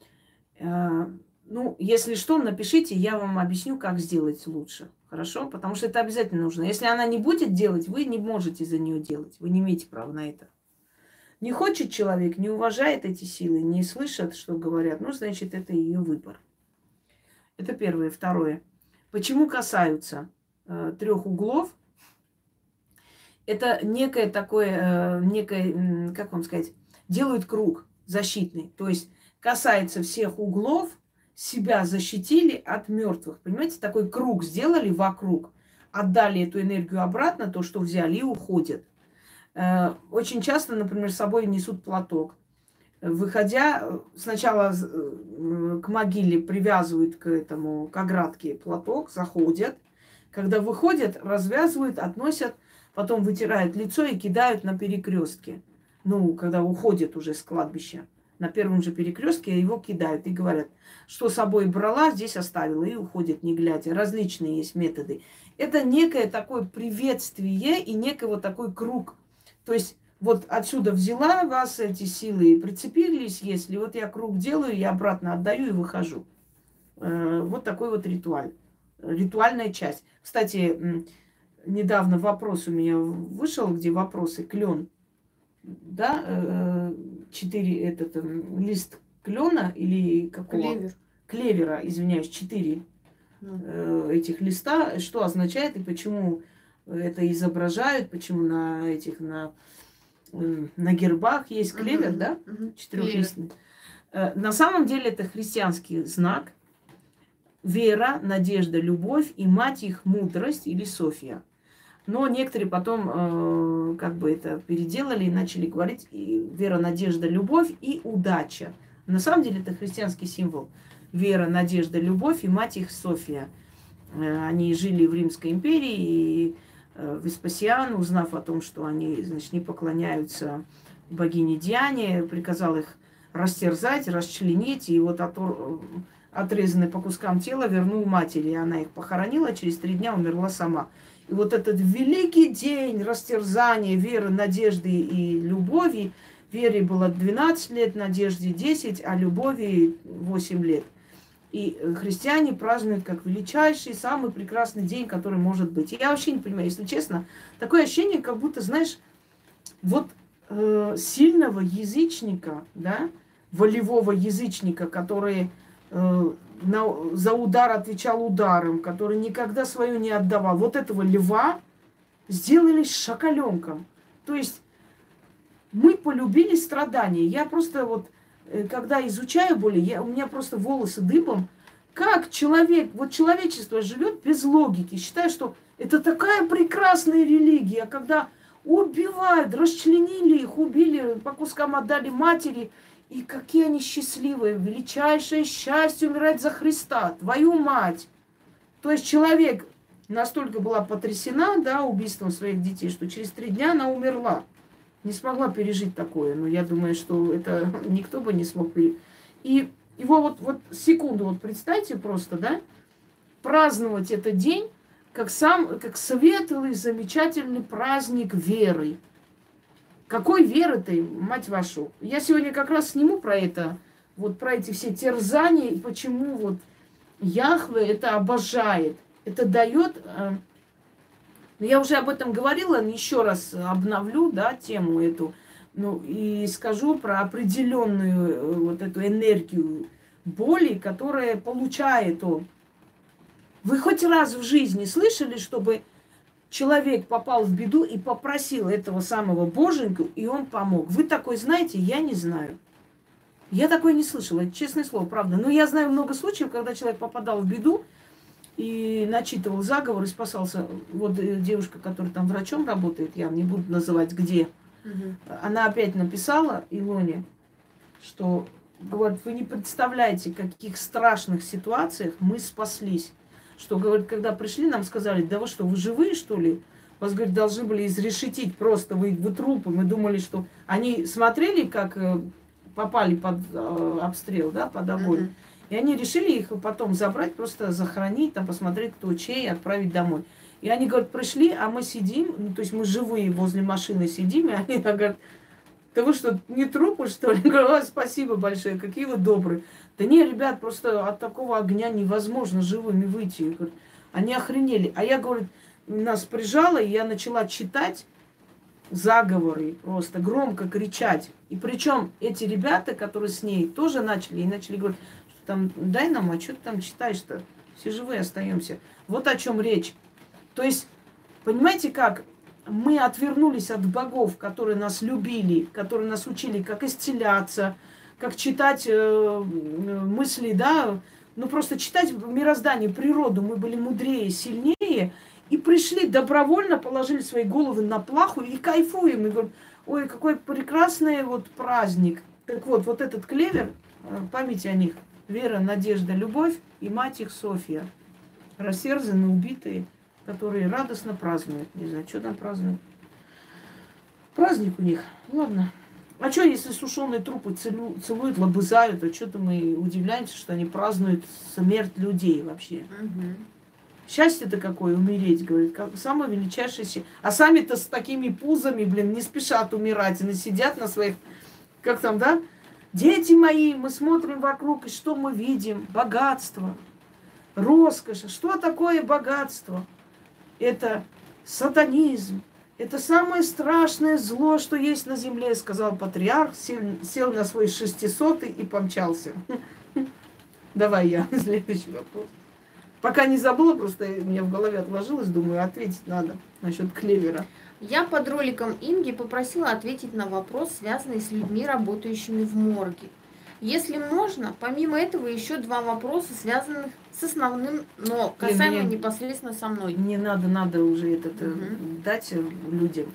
Speaker 1: Ну, если что, напишите, я вам объясню, как сделать лучше. Хорошо? Потому что это обязательно нужно. Если она не будет делать, вы не можете за нее делать. Вы не имеете права на это. Не хочет человек, не уважает эти силы, не слышит, что говорят, ну, значит, это ее выбор. Это первое. Второе. Почему касаются 3 углов? Это некое такое, как вам сказать, делают круг защитный. То есть касается всех углов, себя защитили от мертвых. Понимаете, такой круг сделали вокруг, отдали эту энергию обратно, то, что взяли, и уходят. Очень часто, например, с собой несут платок. Выходя, сначала к могиле привязывают к оградке платок, заходят. Когда выходят, развязывают, относят, потом вытирают лицо и кидают на перекрестке. Ну, когда уходят уже с кладбища. На первом же перекрестке его кидают и говорят, что с собой брала, здесь оставила, и уходят, не глядя. Различные есть методы. Это некое такое приветствие и некий вот такой круг. То есть вот отсюда взяла вас эти силы и прицепились, если вот я круг делаю, я обратно отдаю и выхожу. Вот такой вот ритуаль. Ритуальная часть. Кстати, недавно вопрос у меня вышел, где вопросы клен. Да, 4 лист клена или какого? Клевера, извиняюсь, 4 этих листа. Что означает и почему это изображают, почему на гербах есть клевер, да? 4-листный. На самом деле это христианский знак. Вера, надежда, любовь и мать их мудрость или София. Но некоторые потом это переделали и начали говорить и вера, надежда, любовь и удача. На самом деле это христианский символ. Вера, надежда, любовь и мать их София. Они жили в Римской империи, и Веспасиан, узнав о том, что они, значит, не поклоняются богине Диане, приказал их растерзать, расчленить, и вот отрезанные по кускам тела вернул матери. И она их похоронила, через 3 дня умерла сама. И вот этот великий день растерзания веры, надежды и любови, вере было 12 лет, надежде 10, а любови 8 лет. И христиане празднуют как величайший, самый прекрасный день, который может быть. И я вообще не понимаю, если честно, такое ощущение, как будто, знаешь, вот сильного язычника, да, волевого язычника, который за удар отвечал ударом, который никогда свое не отдавал. Вот этого льва сделали шакаленком. То есть мы полюбили страдания. Я просто вот, когда изучаю боли, у меня просто волосы дыбом. как человек, вот человечество живет без логики, считая, что это такая прекрасная религия, когда убивают, расчленили их, убили, по кускам отдали матери, и какие они счастливые, величайшее счастье умирать за Христа, твою мать. То есть человек настолько была потрясена, да, убийством своих детей, что через 3 дня она умерла. Не смогла пережить такое. Но я думаю, что это никто бы не смог пережить. И его вот секунду, вот представьте просто, да, праздновать этот день как светлый, замечательный праздник веры. Какой веры-то, мать вашу? Я сегодня как раз сниму про это, вот про эти все терзания, и почему вот Яхве это обожает. Это дает... Я уже об этом говорила, еще раз обновлю, да, тему эту. Ну, и скажу про определенную вот эту энергию боли, которая получает он. Вы хоть раз в жизни слышали, чтобы человек попал в беду и попросил этого самого Боженьку, и он помог? Вы такой знаете? Я не знаю. Я такое не слышала, это честное слово, правда. Но я знаю много случаев, когда человек попадал в беду и начитывал заговор и спасался. Вот девушка, которая там врачом работает, я не буду называть где, она опять написала Илоне, что, говорит, вы не представляете, в каких страшных ситуациях мы спаслись. Что, говорит, когда пришли, нам сказали, да вы что, вы живые, что ли? Вас, говорит, должны были изрешетить просто, вы трупы. Мы думали, что они смотрели, как попали под обстрел, да, под огонь. И они решили их потом забрать, просто захоронить, там, посмотреть, кто чей, отправить домой. И они, говорят, пришли, а мы сидим, ну, то есть мы живые возле машины сидим, и они говорят, да вы что, не трупы, что ли? Я говорю, спасибо большое, какие вы добрые. Да не, ребят, просто от такого огня невозможно живыми выйти. Говорят, они охренели. А я, говорю, нас прижала, и я начала читать заговоры, просто громко кричать. И причем эти ребята, которые с ней, тоже начали говорить, что там, дай нам, а что ты там читаешь-то? Все живые остаемся. Вот о чем речь. То есть, понимаете как? Мы отвернулись от богов, которые нас любили, которые нас учили, как исцеляться, как читать мысли, да, ну просто читать мироздание, природу. Мы были мудрее, сильнее, и пришли, добровольно положили свои головы на плаху и кайфуем. И говорим, ой, какой прекрасный вот праздник. Так вот, вот этот клевер, память о них, вера, надежда, любовь и мать их Софья. Рассерзанные, убитые, которые радостно празднуют. Не знаю, что там празднуют. Праздник у них. Ладно. А что, если сушеные трупы целуют, лобызают, то что-то мы удивляемся, что они празднуют смерть людей вообще. Счастье-то какое умереть, говорит, как самое величайшее счастье. А сами-то с такими пузами, блин, не спешат умирать. Они сидят на своих, как там, да? Дети мои, мы смотрим вокруг, и что мы видим? Богатство, роскошь. Что такое богатство? Это сатанизм. Это самое страшное зло, что есть на земле, сказал патриарх, сел на свой 600-й и помчался. Давай я, следующий вопрос. Пока не забыла, просто у меня в голове отложилось, думаю, ответить надо насчет клевера.
Speaker 2: Я под роликом Инги попросила ответить на вопрос, связанный с людьми, работающими в морге. Если можно, помимо этого еще 2 вопроса, связанных с основным, но касаемо непосредственно со мной.
Speaker 1: Не надо уже это дать людям.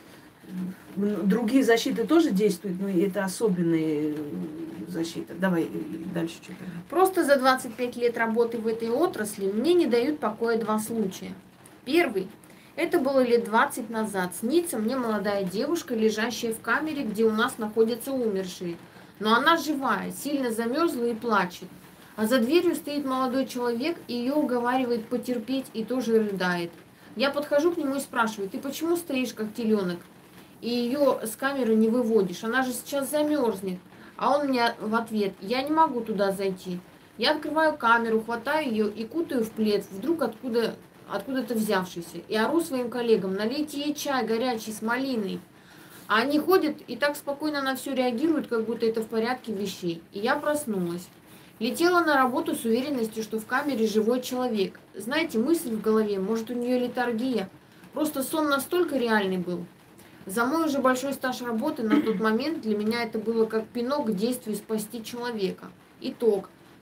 Speaker 1: Другие защиты тоже действуют, но это особенные защиты. Давай дальше что-то.
Speaker 2: Просто за 25 лет работы в этой отрасли мне не дают покоя 2 случая. Первый. Это было лет 20 назад. Снится мне молодая девушка, лежащая в камере, где у нас находятся умершие. Но она живая, сильно замерзла и плачет. А за дверью стоит молодой человек и ее уговаривает потерпеть и тоже рыдает. Я подхожу к нему и спрашиваю, ты почему стоишь как теленок? И ее с камеры не выводишь, она же сейчас замерзнет. А он мне в ответ, я не могу туда зайти. Я открываю камеру, хватаю ее и кутаю в плед, вдруг откуда-то взявшийся. И ору своим коллегам, налейте ей чай горячий с малиной. А они ходят и так спокойно на все реагируют, как будто это в порядке вещей. И я проснулась. Летела на работу с уверенностью, что в камере живой человек. Знаете, мысль в голове, может у нее летаргия. Просто сон настолько реальный был. За мой уже большой стаж работы на тот момент для меня это было как пинок к действию спасти человека. Итог.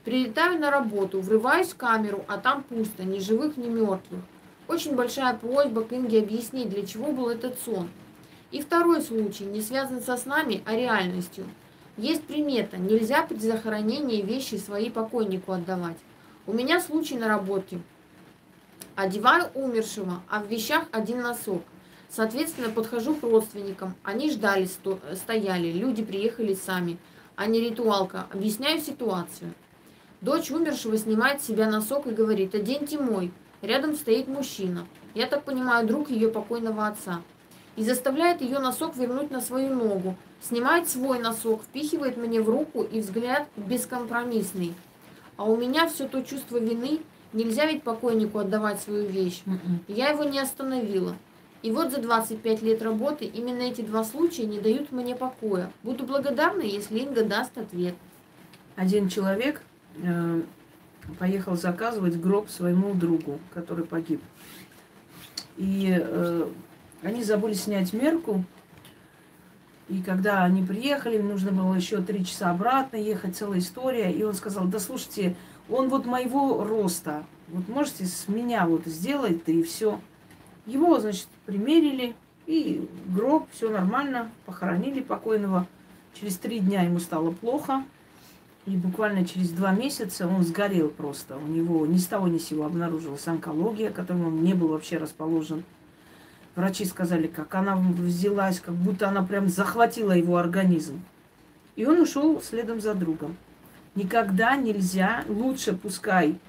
Speaker 2: Прилетаю на работу, врываюсь в камеру, а там пусто, ни живых, ни мертвых. Очень большая просьба к Инге объяснить, для чего был этот сон. И второй случай, не связан со снами, а реальностью. Есть примета, нельзя при захоронении вещи свои покойнику отдавать. У меня случай на работе. Одеваю умершего, а в вещах один носок. Соответственно, подхожу к родственникам. Они ждали, стояли, люди приехали сами, а не ритуалка. Объясняю ситуацию. Дочь умершего снимает с себя носок и говорит: «Оденьте мой». Рядом стоит мужчина. Я так понимаю, друг ее покойного отца. И заставляет ее носок вернуть на свою ногу. Снимает свой носок, впихивает мне в руку, и взгляд бескомпромиссный. А у меня все то чувство вины. Нельзя ведь покойнику отдавать свою вещь. Я его не остановила. И вот за 25 лет работы именно эти два случая не дают мне покоя. Буду благодарна, если Инга даст ответ.
Speaker 1: Один человек поехал заказывать гроб своему другу, который погиб. И они забыли снять мерку. И когда они приехали, им нужно было еще 3 часа обратно ехать, целая история. И он сказал: да слушайте, он вот моего роста, вот можете с меня вот сделать, и все. Его, значит, примерили, и гроб, все нормально, похоронили покойного. Через 3 дня ему стало плохо, и буквально через 2 месяца он сгорел просто. У него ни с того ни с сего обнаружилась онкология, к которому он не был вообще расположен. Врачи сказали, как она взялась, как будто она прям захватила его организм. И он ушел следом за другом. Никогда нельзя, лучше пускай.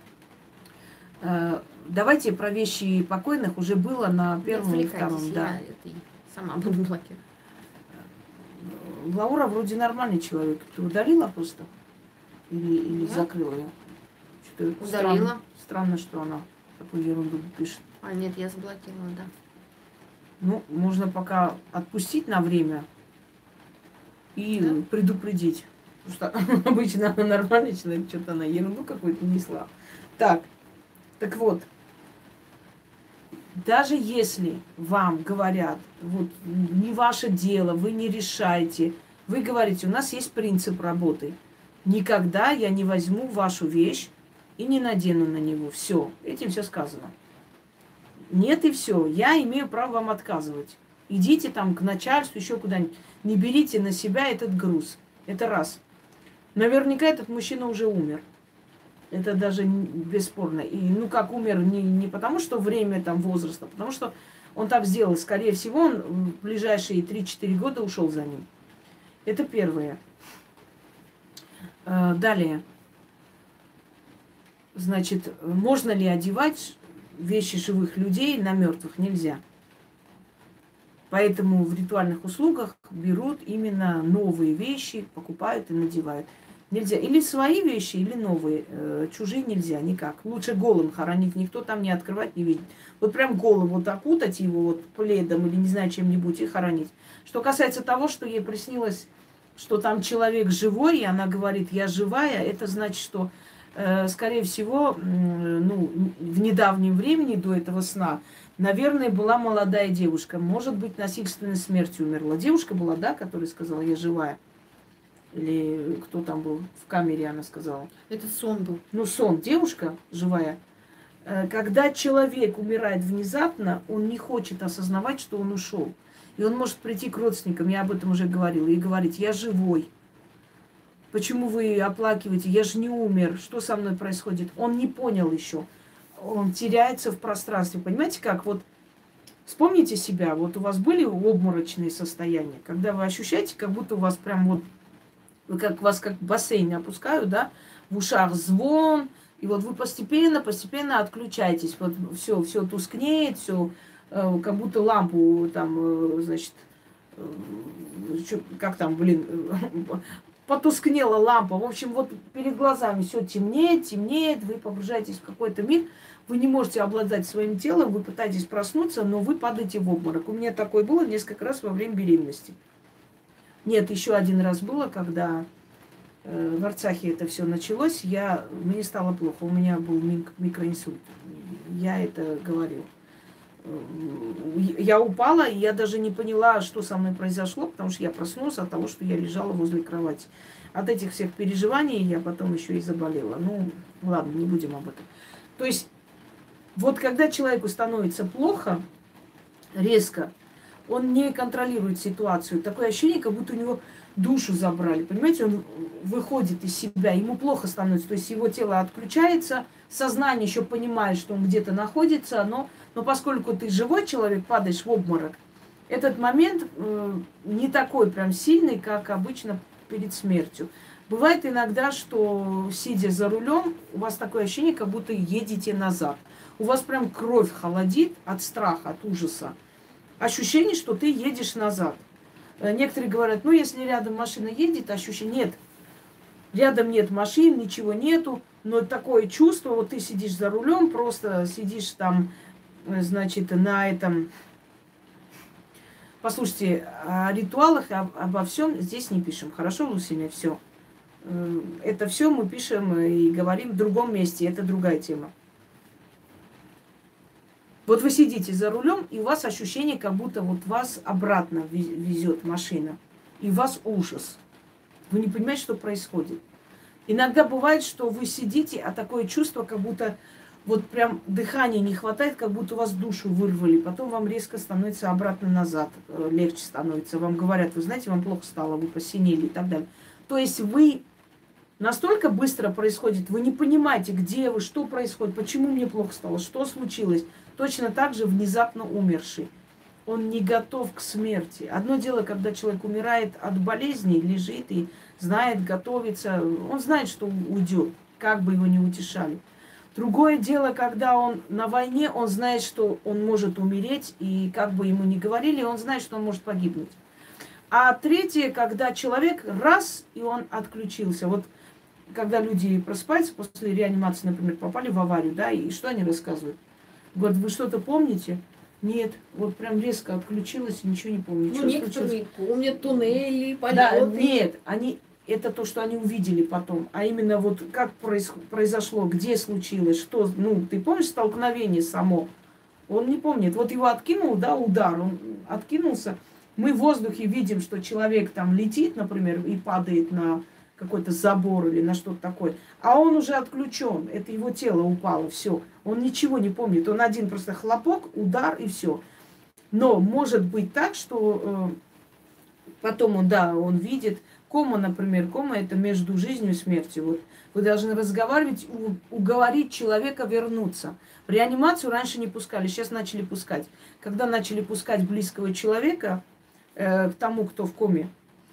Speaker 1: Давайте про вещи покойных уже было на первом и втором. Да.
Speaker 2: Я это сама буду блокировать.
Speaker 1: Лаура вроде нормальный человек. Ты удалила просто? Или
Speaker 2: Да.
Speaker 1: закрыла ее? Что-то
Speaker 2: Удалила.
Speaker 1: Странно, что она такую ерунду пишет.
Speaker 2: А нет, я заблокировала, да.
Speaker 1: Ну, можно пока отпустить на время и
Speaker 2: Да.
Speaker 1: предупредить. Потому что обычно она нормальный человек, что-то она ерунду какую-то несла. Так вот, даже если вам говорят, вот не ваше дело, вы не решаете, вы говорите, у нас есть принцип работы. Никогда я не возьму вашу вещь и не надену на него. Все, этим все сказано. Нет, и все. Я имею право вам отказывать. Идите там к начальству, еще куда-нибудь. Не берите на себя этот груз. Это раз. Наверняка этот мужчина уже умер. Это даже бесспорно. И ну как умер не потому, что время там возраста, а потому что он так сделал. Скорее всего, он в ближайшие 3-4 года ушел за ним. Это первое. Далее. Значит, можно ли одевать вещи живых людей на мертвых? Нельзя. Поэтому в ритуальных услугах берут именно новые вещи, покупают и надевают. Нельзя. Или свои вещи, или новые. Чужие нельзя никак. Лучше голым хоронить. Никто там не открывать, не видит. Вот прям голым вот окутать его вот пледом или не знаю чем-нибудь и хоронить. Что касается того, что ей приснилось, что там человек живой, и она говорит, я живая, это значит, что скорее всего, ну, в недавнем времени до этого сна, наверное, была молодая девушка. Может быть, насильственной смертью умерла. Девушка была, да, которая сказала, я живая. Или кто там был в камере, она сказала.
Speaker 2: Это сон был.
Speaker 1: Ну, сон. Девушка живая. Когда человек умирает внезапно, он не хочет осознавать, что он ушел. И он может прийти к родственникам, я об этом уже говорила, и говорить, я живой. Почему вы оплакиваете? Я же не умер. Что со мной происходит? Он не понял еще. Он теряется в пространстве. Понимаете, как? Вот вспомните себя. Вот у вас были обморочные состояния, когда вы ощущаете, как будто у вас прям вот, вас как в бассейне опускают, да? В ушах звон. И вот вы постепенно отключаетесь. Вот все тускнеет, все как будто лампу там, значит, как там, потускнела лампа. В общем, вот перед глазами все темнеет, вы погружаетесь в какой-то мир, вы не можете обладать своим телом, вы пытаетесь проснуться, но вы падаете в обморок. У меня такое было несколько раз во время беременности. Нет, еще один раз было, когда в Арцахе это все началось, мне стало плохо, у меня был микроинсульт. Я это говорила. Я упала, и я даже не поняла, что со мной произошло, потому что я проснулась от того, что я лежала возле кровати. От этих всех переживаний я потом еще и заболела. Ну, ладно, не будем об этом. То есть, вот когда человеку становится плохо, резко, он не контролирует ситуацию. Такое ощущение, как будто у него душу забрали. Понимаете, он выходит из себя, ему плохо становится. То есть его тело отключается, сознание еще понимает, что он где-то находится, но поскольку ты живой человек, падаешь в обморок, этот момент не такой прям сильный, как обычно перед смертью. Бывает иногда, что сидя за рулем, у вас такое ощущение, как будто едете назад. У вас прям кровь холодит от страха, от ужаса. Ощущение, что ты едешь назад. Некоторые говорят, ну, если рядом машина едет, ощущение нет. Рядом нет машин, ничего нету, но такое чувство, вот ты сидишь за рулем, просто сидишь там, значит, на этом... Послушайте, о ритуалах, обо всем здесь не пишем. Хорошо, Лусиня, все. Это все мы пишем и говорим в другом месте, это другая тема. Вот вы сидите за рулем, и у вас ощущение, как будто вот вас обратно везет машина. И у вас ужас. Вы не понимаете, что происходит. Иногда бывает, что вы сидите, а такое чувство, как будто вот прям дыхания не хватает, как будто у вас душу вырвали. Потом вам резко становится обратно назад, легче становится. Вам говорят, вы знаете, вам плохо стало, вы посинели и так далее. То есть вы настолько быстро происходит, вы не понимаете, где вы, что происходит, почему мне плохо стало, что случилось. Точно так же внезапно умерший. Он не готов к смерти. Одно дело, когда человек умирает от болезни, лежит и знает, готовится. Он знает, что уйдет, как бы его ни утешали. Другое дело, когда он на войне, он знает, что он может умереть, и как бы ему ни говорили, он знает, что он может погибнуть. А третье, когда человек раз, и он отключился. Вот когда люди просыпаются после реанимации, например, попали в аварию, да, и что они рассказывают? Говорят, вы что-то помните? Нет, вот прям резко отключилась и ничего не помню.
Speaker 2: Ну, некоторые помнят туннели, полеты.
Speaker 1: Да, нет, это то, что они увидели потом. А именно вот как произошло, где случилось, что, ну, ты помнишь столкновение само? Он не помнит. Вот его откинул, да, удар, он откинулся. Мы в воздухе видим, что человек там летит, например, и падает на какой-то забор или на что-то такое. А он уже отключен. Это его тело упало, все. Он ничего не помнит. Он один просто хлопок, удар и все. Но может быть так, что потом он видит. Кома, например, кома это между жизнью и смертью. Вот вы должны разговаривать, уговорить человека вернуться. В реанимацию раньше не пускали, сейчас начали пускать. Когда начали пускать близкого человека к тому, кто в коме,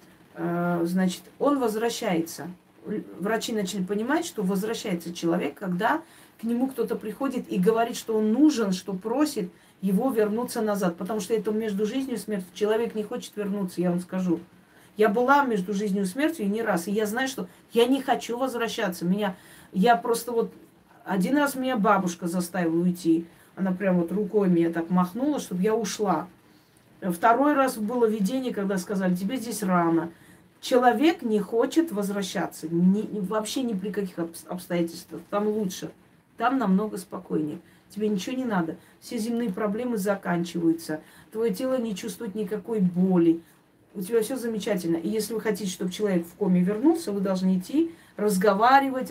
Speaker 1: значит, он возвращается. Врачи начали понимать, что возвращается человек, когда к нему кто-то приходит и говорит, что он нужен, что просит его вернуться назад. Потому что это между жизнью и смертью. Человек не хочет вернуться, я вам скажу. Я была между жизнью и смертью и не раз. И я знаю, что я не хочу возвращаться. Я просто вот... Один раз меня бабушка заставила уйти. Она прям вот рукой меня так махнула, чтобы я ушла. Второй раз было видение, когда сказали, тебе здесь рано. Человек не хочет возвращаться. Вообще ни при каких обстоятельствах. Там лучше. Там намного спокойнее. Тебе ничего не надо. Все земные проблемы заканчиваются. Твое тело не чувствует никакой боли. У тебя все замечательно. И если вы хотите, чтобы человек в коме вернулся, вы должны идти, разговаривать,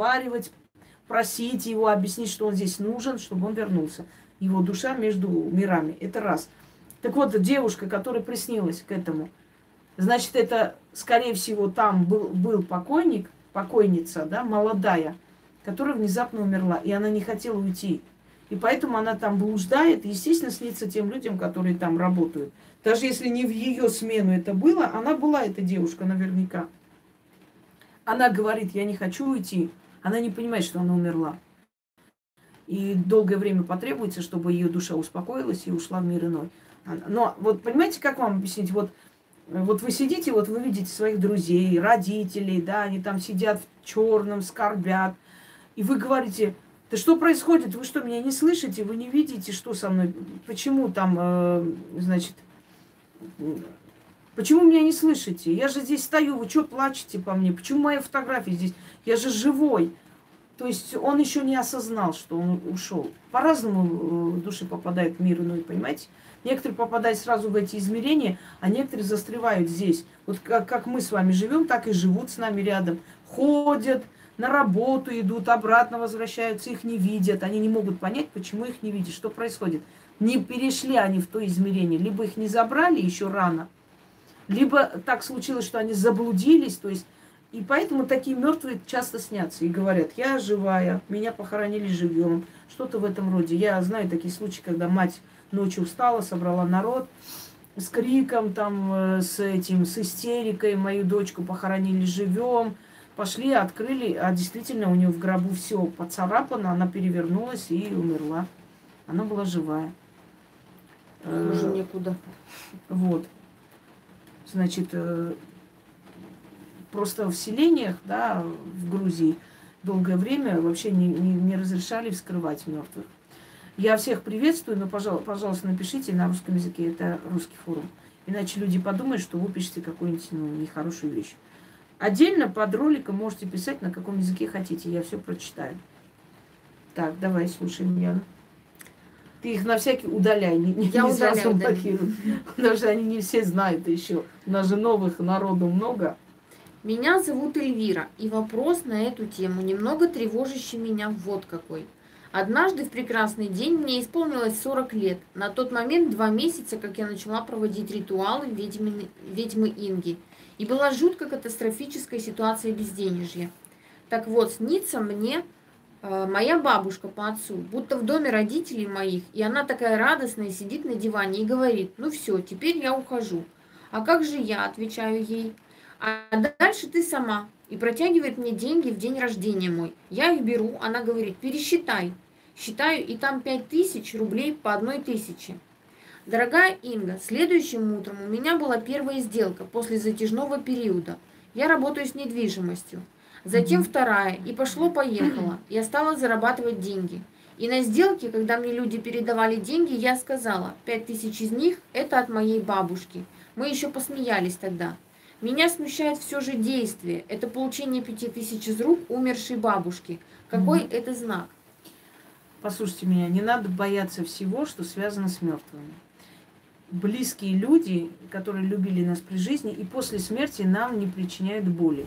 Speaker 1: просить его, объяснить, что он здесь нужен, чтобы он вернулся. Его душа между мирами. Это раз. Так вот, девушка, которая приснилась к этому, значит, это, скорее всего, там был покойник, покойница, да, молодая, которая внезапно умерла, и она не хотела уйти. И поэтому она там блуждает, и, естественно, снится тем людям, которые там работают. Даже если не в ее смену это было, она была, эта девушка, наверняка. Она говорит, я не хочу уйти. Она не понимает, что она умерла. И долгое время потребуется, чтобы ее душа успокоилась и ушла в мир иной. Но вот понимаете, как вам объяснить? Вот вы сидите, вот вы видите своих друзей, родителей, да, они там сидят в черном, скорбят. И вы говорите, да что происходит? Вы что, меня не слышите? Вы не видите, что со мной? Почему там, значит, почему меня не слышите? Я же здесь стою, вы что плачете по мне? Почему моя фотография здесь? Я же живой. То есть он еще не осознал, что он ушел. По-разному души попадают в мир иной, понимаете? Некоторые попадают сразу в эти измерения, а некоторые застревают здесь. Вот как мы с вами живем, так и живут с нами рядом. Ходят, на работу идут, обратно возвращаются, их не видят. Они не могут понять, почему их не видят, что происходит. Не перешли они в то измерение. Либо их не забрали еще рано, либо так случилось, что они заблудились. То есть, и поэтому такие мертвые часто снятся и говорят: я живая, меня похоронили живьем. Что-то в этом роде. Я знаю такие случаи, когда мать ночью встала, собрала народ с криком, там, с истерикой. Мою дочку похоронили живем. Пошли, открыли, а действительно у нее в гробу все поцарапано, она перевернулась и умерла. Она была живая.
Speaker 2: Уже некуда.
Speaker 1: Вот. Значит, просто в селениях, да, в Грузии долгое время вообще не разрешали вскрывать мертвых. Я всех приветствую, но, пожалуйста, напишите на русском языке, это русский форум. Иначе люди подумают, что вы пишете какую-нибудь нехорошую вещь. Отдельно под роликом можете писать, на каком языке хотите, я все прочитаю. Так, давай слушаем, Яна. Ты их на всякий удаляй, не сразу блокируй. Потому что они не все знают еще. У нас же новых народу много.
Speaker 2: Меня зовут Эльвира, и вопрос на эту тему немного тревожащий меня вот какой. Однажды в прекрасный день мне исполнилось 40 лет. На тот момент 2 месяца, как я начала проводить ритуалы ведьмы Инги. И была жутко катастрофическая ситуация безденежья. Так вот, снится мне моя бабушка по отцу, будто в доме родителей моих, и она такая радостная сидит на диване и говорит: ну все, теперь я ухожу. А как же я, отвечаю ей. А дальше ты сама. И протягивает мне деньги в день рождения мой. Я их беру, она говорит: пересчитай. Считаю, и там 5000 рублей по 1000. Дорогая Инга, следующим утром у меня была первая сделка после затяжного периода. Я работаю с недвижимостью. Затем вторая, и пошло-поехало. Я стала зарабатывать деньги. И на сделке, когда мне люди передавали деньги, я сказала: 5000 из них – это от моей бабушки. Мы еще посмеялись тогда. Меня смущает все же действие. Это получение 5000 из рук умершей бабушки. Какой это знак?
Speaker 1: Послушайте меня, не надо бояться всего, что связано с мертвыми. Близкие люди, которые любили нас при жизни, и после смерти нам не причиняют боли.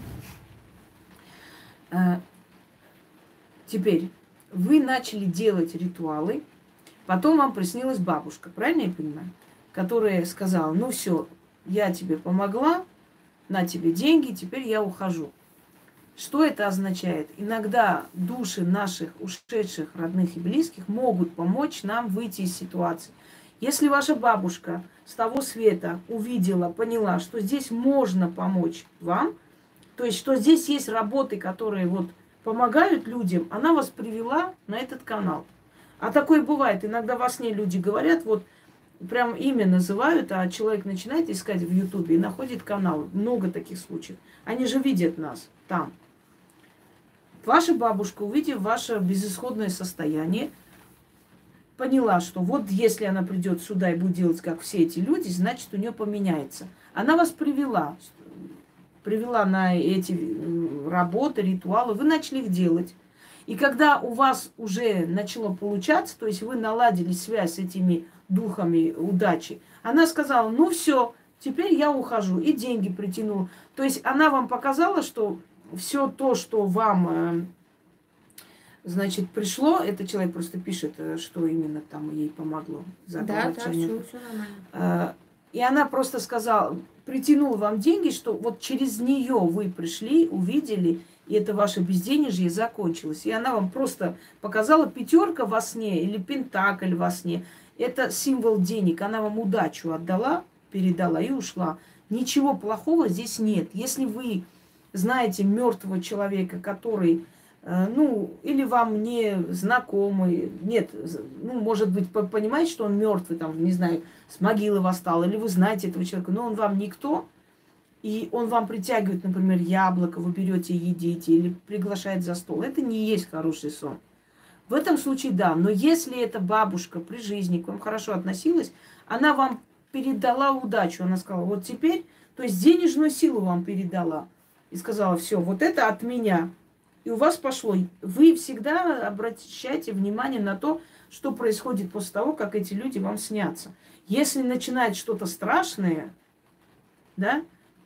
Speaker 1: Теперь, вы начали делать ритуалы, потом вам приснилась бабушка, правильно я понимаю? Которая сказала: ну все, я тебе помогла, на тебе деньги, теперь я ухожу. Что это означает? Иногда души наших ушедших родных и близких могут помочь нам выйти из ситуации. Если ваша бабушка с того света увидела, поняла, что здесь можно помочь вам, то есть что здесь есть работы, которые вот помогают людям, она вас привела на этот канал. А такое бывает. Иногда во сне люди говорят, вот прям имя называют, а человек начинает искать в Ютубе и находит канал. Много таких случаев. Они же видят нас там. Ваша бабушка, увидев ваше безысходное состояние, поняла, что вот если она придет сюда и будет делать, как все эти люди, значит, у нее поменяется. Она вас привела на эти работы, ритуалы, вы начали их делать. И когда у вас уже начало получаться, то есть вы наладили связь с этими духами удачи, она сказала: ну все, теперь я ухожу, и деньги притянула. То есть она вам показала, что все то, что вам, значит, пришло, этот человек просто пишет, что именно там ей помогло.
Speaker 2: Да, все нормально.
Speaker 1: И она просто сказала, притянула вам деньги, что вот через нее вы пришли, увидели, и это ваше безденежье закончилось. И она вам просто показала 5 во сне или пентакль во сне. Это символ денег. Она вам удачу отдала, передала и ушла. Ничего плохого здесь нет. Если вы знаете мертвого человека, который, или вам не знакомый, нет, может быть, понимаете, что он мертвый, там, не знаю, с могилы восстал, или вы знаете этого человека, но он вам никто, и он вам притягивает, например, яблоко, вы берете и едите, или приглашает за стол, это не есть хороший сон. В этом случае да, но если эта бабушка при жизни к вам хорошо относилась, она вам передала удачу, она сказала: вот теперь, то есть денежную силу вам передала, и сказала: все, вот это от меня. и у вас пошло. Вы всегда обращайте внимание на то, что происходит после того, как эти люди вам снятся. Если начинает что-то страшное, да,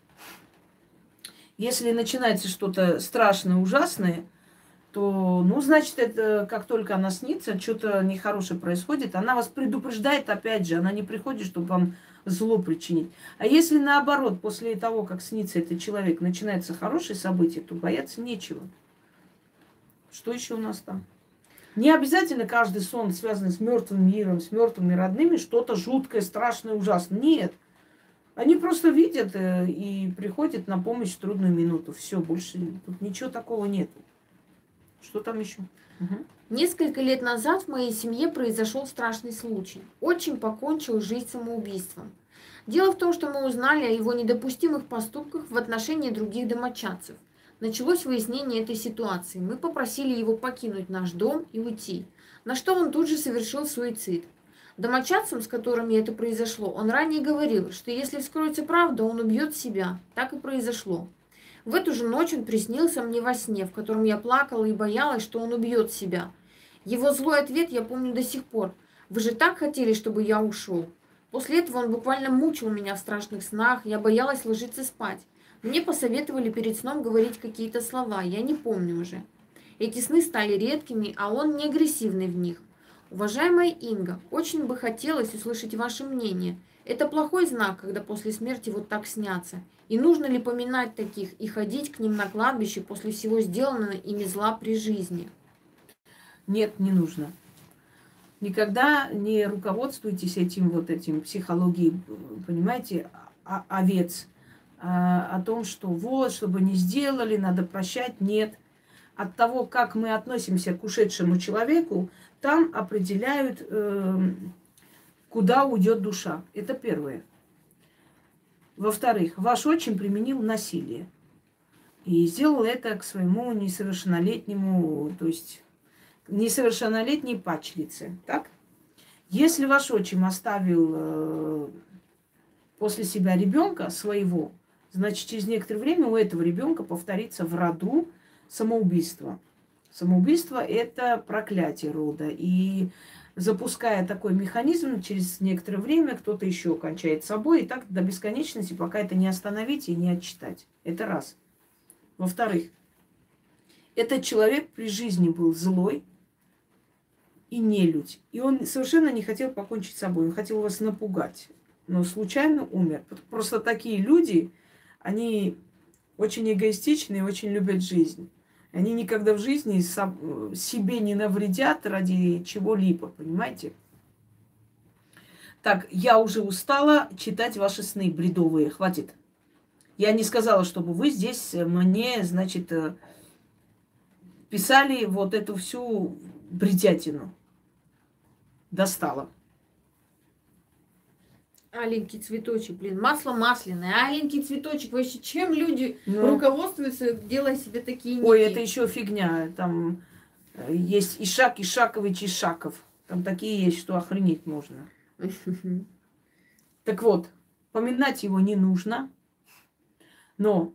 Speaker 1: если начинается что-то страшное, ужасное, то, ну, значит, это как только она снится, что-то нехорошее происходит, она вас предупреждает, опять же, она не приходит, чтобы вам зло причинить. А если наоборот, после того, как снится этот человек, начинается хорошее событие, то бояться нечего. Что еще у нас там? Не обязательно каждый сон, связанный с мертвым миром, с мертвыми родными, что-то жуткое, страшное, ужасное. Нет. Они просто видят и приходят на помощь в трудную минуту. Все, больше тут ничего такого нет. Что там еще? Угу.
Speaker 2: Несколько лет назад в моей семье произошел страшный случай. Отчим покончил жизнь самоубийством. Дело в том, что мы узнали о его недопустимых поступках в отношении других домочадцев. Началось выяснение этой ситуации. Мы попросили его покинуть наш дом и уйти, на что он тут же совершил суицид. Домочадцам, с которыми это произошло, он ранее говорил, что если вскроется правда, он убьет себя. Так и произошло. В эту же ночь он приснился мне во сне, в котором я плакала и боялась, что он убьет себя. Его злой ответ я помню до сих пор. «Вы же так хотели, чтобы я ушел?» После этого он буквально мучил меня в страшных снах, я боялась ложиться спать. Мне посоветовали перед сном говорить какие-то слова, я не помню уже. Эти сны стали редкими, а он не агрессивный в них. Уважаемая Инга, очень бы хотелось услышать ваше мнение. Это плохой знак, когда после смерти вот так снятся? И нужно ли поминать таких и ходить к ним на кладбище после всего сделанного ими зла при жизни?
Speaker 1: Нет, не нужно. Никогда не руководствуйтесь этим психологией, понимаете, овец. О том, что вот, чтобы не сделали, надо прощать. Нет. От того, как мы относимся к ушедшему человеку, там определяют, куда уйдет душа. Это первое. Во-вторых, ваш отчим применил насилие. И сделал это к своему несовершеннолетнему, то есть несовершеннолетней падчерице. Так? Если ваш отчим оставил после себя ребенка своего, значит, через некоторое время у этого ребенка повторится в роду самоубийство. Самоубийство – это проклятие рода. И запуская такой механизм, через некоторое время кто-то еще кончает собой. И так до бесконечности, пока это не остановить и не отчитать. Это раз. Во-вторых, этот человек при жизни был злой и нелюдь. И он совершенно не хотел покончить с собой. Он хотел вас напугать. Но случайно умер. Просто такие люди... Они очень эгоистичны и очень любят жизнь. Они никогда в жизни себе не навредят ради чего-либо, понимаете? Так, я уже устала читать ваши сны бредовые. Хватит. Я не сказала, чтобы вы здесь мне, значит, писали вот эту всю бредятину. Достала.
Speaker 2: Аленький цветочек, блин, масло масляное, аленький цветочек. Вообще, чем люди руководствуются, делая себе такие ники?
Speaker 1: Ой, это еще фигня. Там есть Ишак, Ишакович, Ишаков. Там такие есть, что охренеть можно. Так вот, поминать его не нужно. Но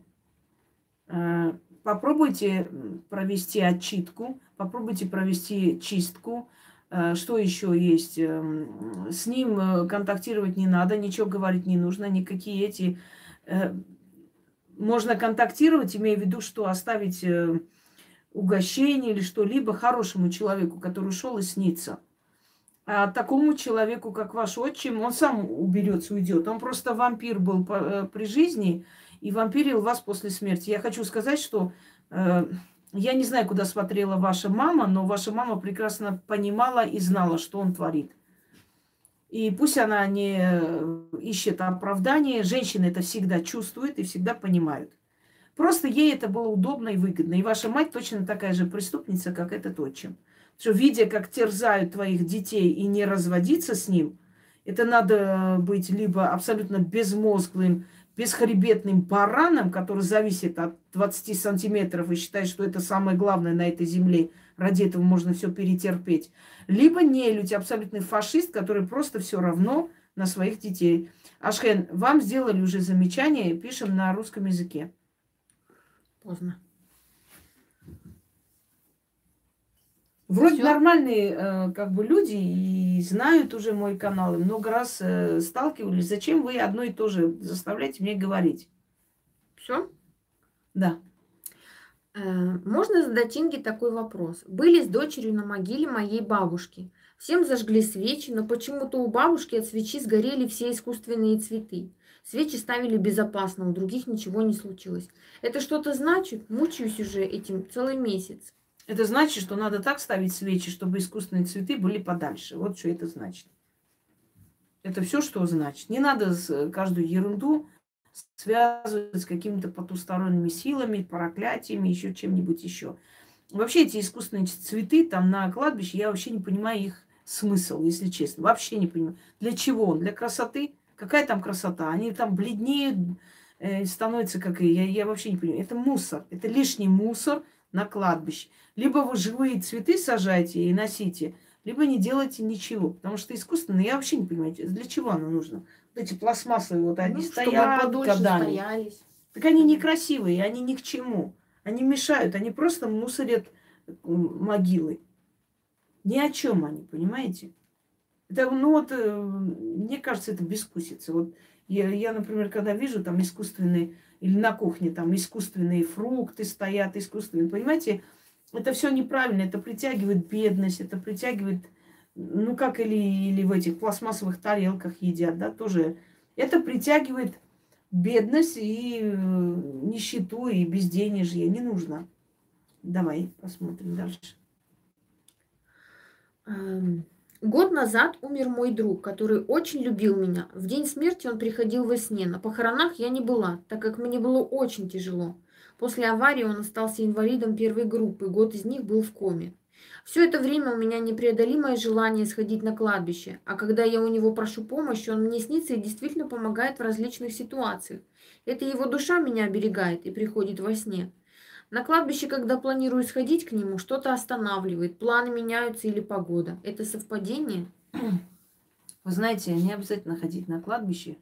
Speaker 1: попробуйте провести отчитку, попробуйте провести чистку. Что еще есть? С ним контактировать не надо, ничего говорить не нужно, никакие эти... Можно контактировать, имея в виду, что оставить угощение или что-либо хорошему человеку, который ушел и снится. А такому человеку, как ваш отчим, он сам уберется, уйдет. Он просто вампир был при жизни и вампирил вас после смерти. Я хочу сказать, что... Я не знаю, куда смотрела ваша мама, но ваша мама прекрасно понимала и знала, что он творит. И пусть она не ищет оправдания, женщины это всегда чувствуют и всегда понимают. Просто ей это было удобно и выгодно. И ваша мать точно такая же преступница, как этот отчим. Что, видя, как терзают твоих детей и не разводиться с ним, это надо быть либо абсолютно безмозглым, бесхребетным бараном, который зависит от 20 сантиметров и считает, что это самое главное на этой земле, ради этого можно все перетерпеть. Либо нелюдь, абсолютный фашист, который просто все равно на своих детей. Ашхен, вам сделали уже замечание, пишем на русском языке.
Speaker 2: Поздно.
Speaker 1: Вроде
Speaker 2: Всё.
Speaker 1: нормальные как бы люди и знают уже мой канал, и много раз сталкивались. Зачем вы одно и то же заставляете мне говорить?
Speaker 2: Все.
Speaker 1: Да.
Speaker 2: Можно задать Инге такой вопрос. Были с дочерью на могиле моей бабушки. Всем зажгли свечи, но почему-то у бабушки от свечи сгорели все искусственные цветы. Свечи ставили безопасно, у других ничего не случилось. Это что-то значит? Мучаюсь уже этим целый месяц.
Speaker 1: Это значит, что надо так ставить свечи, чтобы искусственные цветы были подальше. Вот что это значит. Это все, что значит. Не надо каждую ерунду связывать с какими-то потусторонними силами, проклятиями, еще чем-нибудь еще. Вообще эти искусственные цветы там на кладбище, я вообще не понимаю их смысл, если честно. Вообще не понимаю. Для чего? Для красоты? Какая там красота? Они там бледнеют, становятся как и... Я вообще не понимаю. Это мусор. Это лишний мусор на кладбище. Либо вы живые цветы сажаете и носите, либо не делайте ничего. Потому что искусственные, я вообще не понимаю, для чего оно нужно. Вот эти пластмассовые, вот они
Speaker 2: Ну, чтобы
Speaker 1: стоят
Speaker 2: подольше
Speaker 1: годами.
Speaker 2: стоялись.
Speaker 1: Так они некрасивые, они ни к чему. Они мешают, они просто мусорят могилы. Ни о чем они, понимаете? Это, ну вот, мне кажется, это бескусица. Вот я, например, когда вижу там искусственные, или на кухне там искусственные фрукты стоят, искусственные, понимаете, это все неправильно, это притягивает бедность, это притягивает, ну как или в этих пластмассовых тарелках едят, да, тоже. Это притягивает бедность и нищету, и безденежье. Не нужно. Давай посмотрим дальше.
Speaker 2: Год назад умер мой друг, который очень любил меня. В день смерти он приходил во сне. На похоронах я не была, так как мне было очень тяжело. После аварии он остался инвалидом первой группы, год из них был в коме. Все это время у меня непреодолимое желание сходить на кладбище, а когда я у него прошу помощи, он мне снится и действительно помогает в различных ситуациях. Это его душа меня оберегает и приходит во сне. На кладбище, когда планирую сходить к нему, что-то останавливает, планы меняются или погода. Это совпадение?
Speaker 1: Вы знаете, не обязательно ходить на кладбище,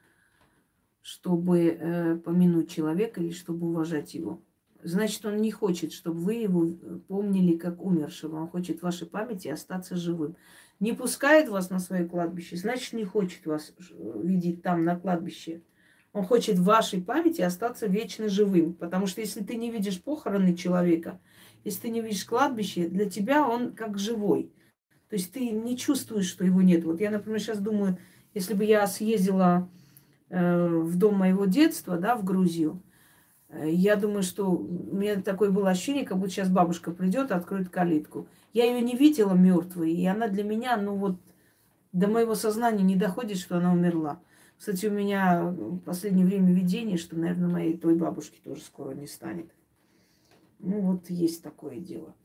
Speaker 1: чтобы помянуть человека или чтобы уважать его. Значит, он не хочет, чтобы вы его помнили как умершего. Он хочет в вашей памяти остаться живым. Не пускает вас на свое кладбище, значит, не хочет вас видеть там, на кладбище. Он хочет в вашей памяти остаться вечно живым. Потому что если ты не видишь похороны человека, если ты не видишь кладбище, для тебя он как живой. То есть ты не чувствуешь, что его нет. Вот я, например, сейчас думаю, если бы я съездила в дом моего детства, да, в Грузию, я думаю, что у меня такое было ощущение, как будто сейчас бабушка придет и откроет калитку. Я ее не видела мертвой, и она для меня, ну вот, до моего сознания не доходит, что она умерла. Кстати, у меня в последнее время видение, что, наверное, моей той бабушки тоже скоро не станет. Ну вот есть такое дело.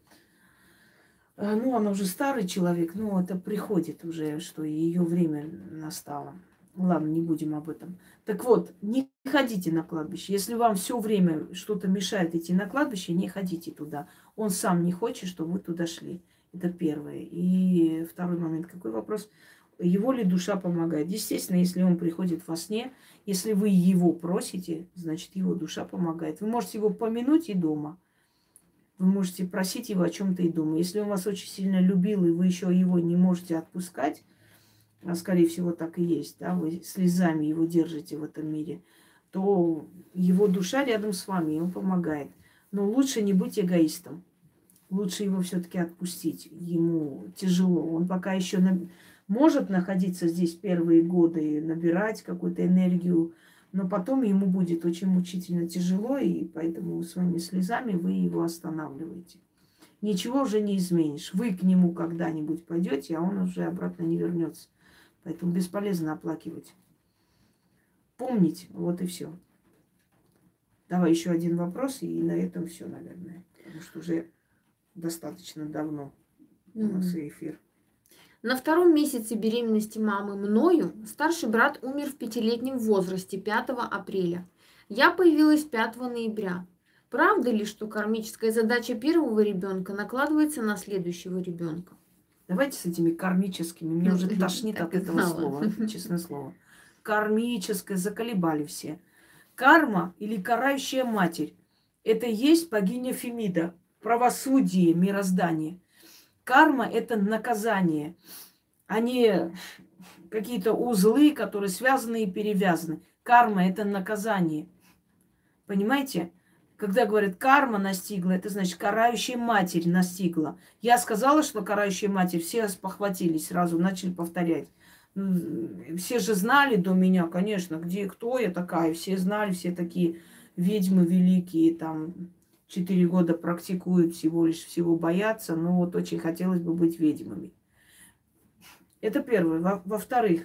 Speaker 1: Ну, она уже старый человек, но это приходит уже, что ее время настало. Ладно, не будем об этом. Так вот, не ходите на кладбище. Если вам все время что-то мешает идти на кладбище, не ходите туда. Он сам не хочет, чтобы вы туда шли. Это первое. И второй момент. Какой вопрос? Его ли душа помогает? Естественно, если он приходит во сне, если вы его просите, значит, его душа помогает. Вы можете его помянуть и дома. Вы можете просить его о чем-то и дома. Если он вас очень сильно любил, и вы еще его не можете отпускать, а скорее всего так и есть, да, вы слезами его держите в этом мире, то его душа рядом с вами, и он помогает. Но лучше не быть эгоистом. Лучше его все-таки отпустить. Ему тяжело. Он пока еще может находиться здесь первые годы и набирать какую-то энергию, но потом ему будет очень мучительно тяжело, и поэтому своими слезами вы его останавливаете. Ничего уже не изменишь. Вы к нему когда-нибудь пойдете, а он уже обратно не вернется. Поэтому бесполезно оплакивать. Помнить, вот и все. Давай еще один вопрос, и на этом все, наверное. Потому что уже достаточно давно у нас эфир.
Speaker 2: На втором месяце беременности мамы мною старший брат умер в 5-летнем возрасте 5 апреля. Я появилась 5 ноября. Правда ли, что кармическая задача первого ребенка накладывается на следующего ребенка?
Speaker 1: Давайте с этими кармическими. Мне уже тошнит от этого слова, честное слово. Кармическое, заколебали все. Карма или карающая матерь – это есть богиня Фемида, правосудие, мироздание. Карма – это наказание, а не какие-то узлы, которые связаны и перевязаны. Карма – это наказание. Понимаете? Когда говорят «карма настигла», это значит «карающая матерь настигла». Я сказала, что карающая матерь, все спохватились сразу, начали повторять. Все же знали до меня, конечно, где, кто я такая. Все знали, все такие ведьмы великие, там 4 года практикуют, всего лишь всего боятся. Но вот очень хотелось бы быть ведьмами. Это первое. Во-вторых,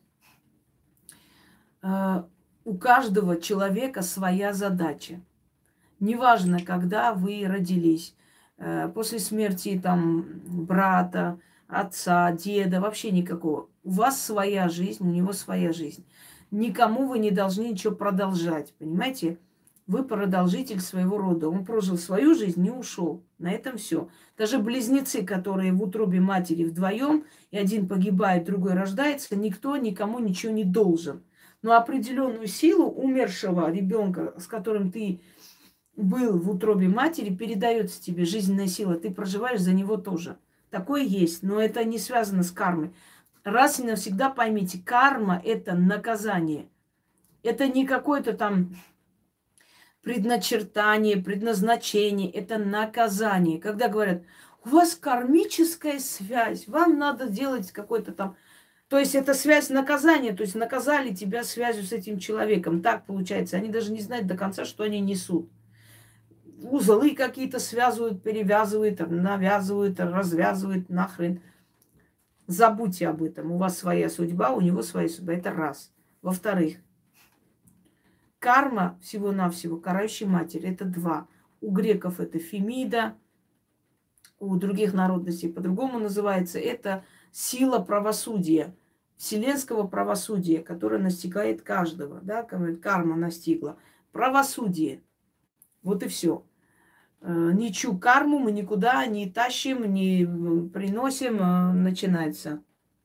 Speaker 1: у каждого человека своя задача. Неважно, когда вы родились, после смерти там брата, отца, деда, вообще никакого. У вас своя жизнь, у него своя жизнь. Никому вы не должны ничего продолжать, понимаете? Вы продолжитель своего рода. Он прожил свою жизнь, не ушел. На этом все. Даже близнецы, которые в утробе матери вдвоем, и один погибает, другой рождается, никто никому ничего не должен. Но определенную силу умершего ребенка, с которым ты был в утробе матери, передается тебе жизненная сила. Ты проживаешь за него тоже. Такое есть, но это не связано с кармой. Раз и навсегда поймите, карма – это наказание. Это не какое-то там предначертание, предназначение. Это наказание. Когда говорят, у вас кармическая связь, вам надо делать какой-то там... То есть это связь наказания, то есть наказали тебя связью с этим человеком. Так получается. Они даже не знают до конца, что они несут. Узлы какие-то связывают, перевязывают, навязывают, развязывают, нахрен. Забудьте об этом. У вас своя судьба, у него своя судьба. Это раз. Во-вторых, карма всего-навсего, карающая матерь, это два. У греков это Фемида, у других народностей по-другому называется. Это сила правосудия, вселенского правосудия, которое настигает каждого. Да? Карма настигла. Правосудие. Вот и все. Ничью карму мы никуда не тащим, не приносим, начинается.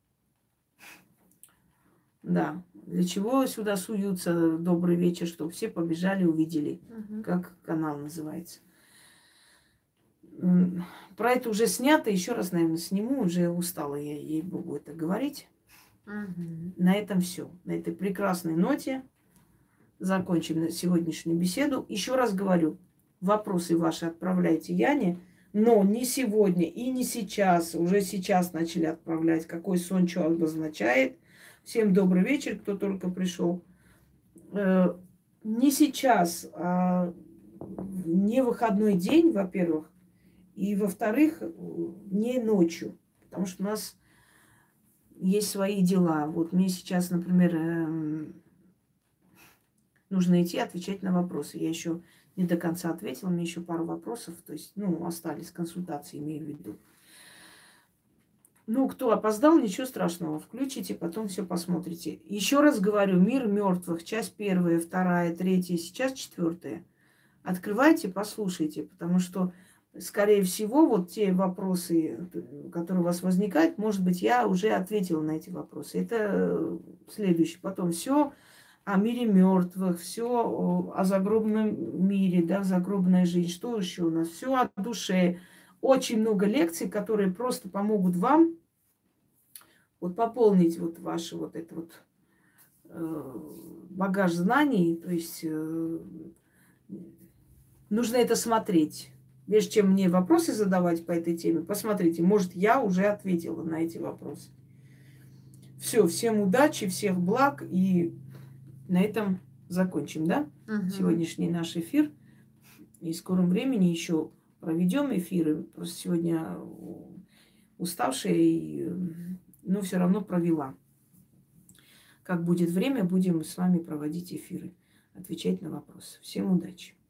Speaker 1: Да. Для чего сюда суются? Добрый вечер, чтобы все побежали, увидели, как канал называется. Про это уже снято. Еще раз, наверное, сниму. Уже устала я, ей-богу, это говорить. На этом все. На этой прекрасной ноте закончим сегодняшнюю беседу. Еще раз говорю, вопросы ваши отправляйте Яне, но не сегодня и не сейчас. Уже сейчас начали отправлять, какой сон что обозначает. Всем добрый вечер, кто только пришел. Не сейчас, а не выходной день, во-первых, и, во-вторых, не ночью, потому что у нас есть свои дела. Вот мне сейчас, например, нужно идти отвечать на вопросы. Я еще не до конца ответила, мне еще пару вопросов, то есть, остались консультации, имею в виду. Кто опоздал, ничего страшного, включите, потом все посмотрите. Еще раз говорю, мир мертвых, часть 1, 2, 3, сейчас 4. Открывайте, послушайте, потому что, скорее всего, вот те вопросы, которые у вас возникают, может быть, я уже ответила на эти вопросы. Это следующий. Потом все о мире мертвых, все о загробном мире, да, загробная жизнь. Что еще у нас? Все о душе. Очень много лекций, которые просто помогут вам пополнить ваш багаж знаний. То есть нужно это смотреть. Прежде чем мне вопросы задавать по этой теме, посмотрите, может, я уже ответила на эти вопросы. Все, всем удачи, всех благ, и на этом закончим, да? Сегодняшний наш эфир. И в скором времени еще проведем эфиры. Просто сегодня уставшая, но все равно провела. Как будет время, будем с вами проводить эфиры, отвечать на вопросы. Всем удачи!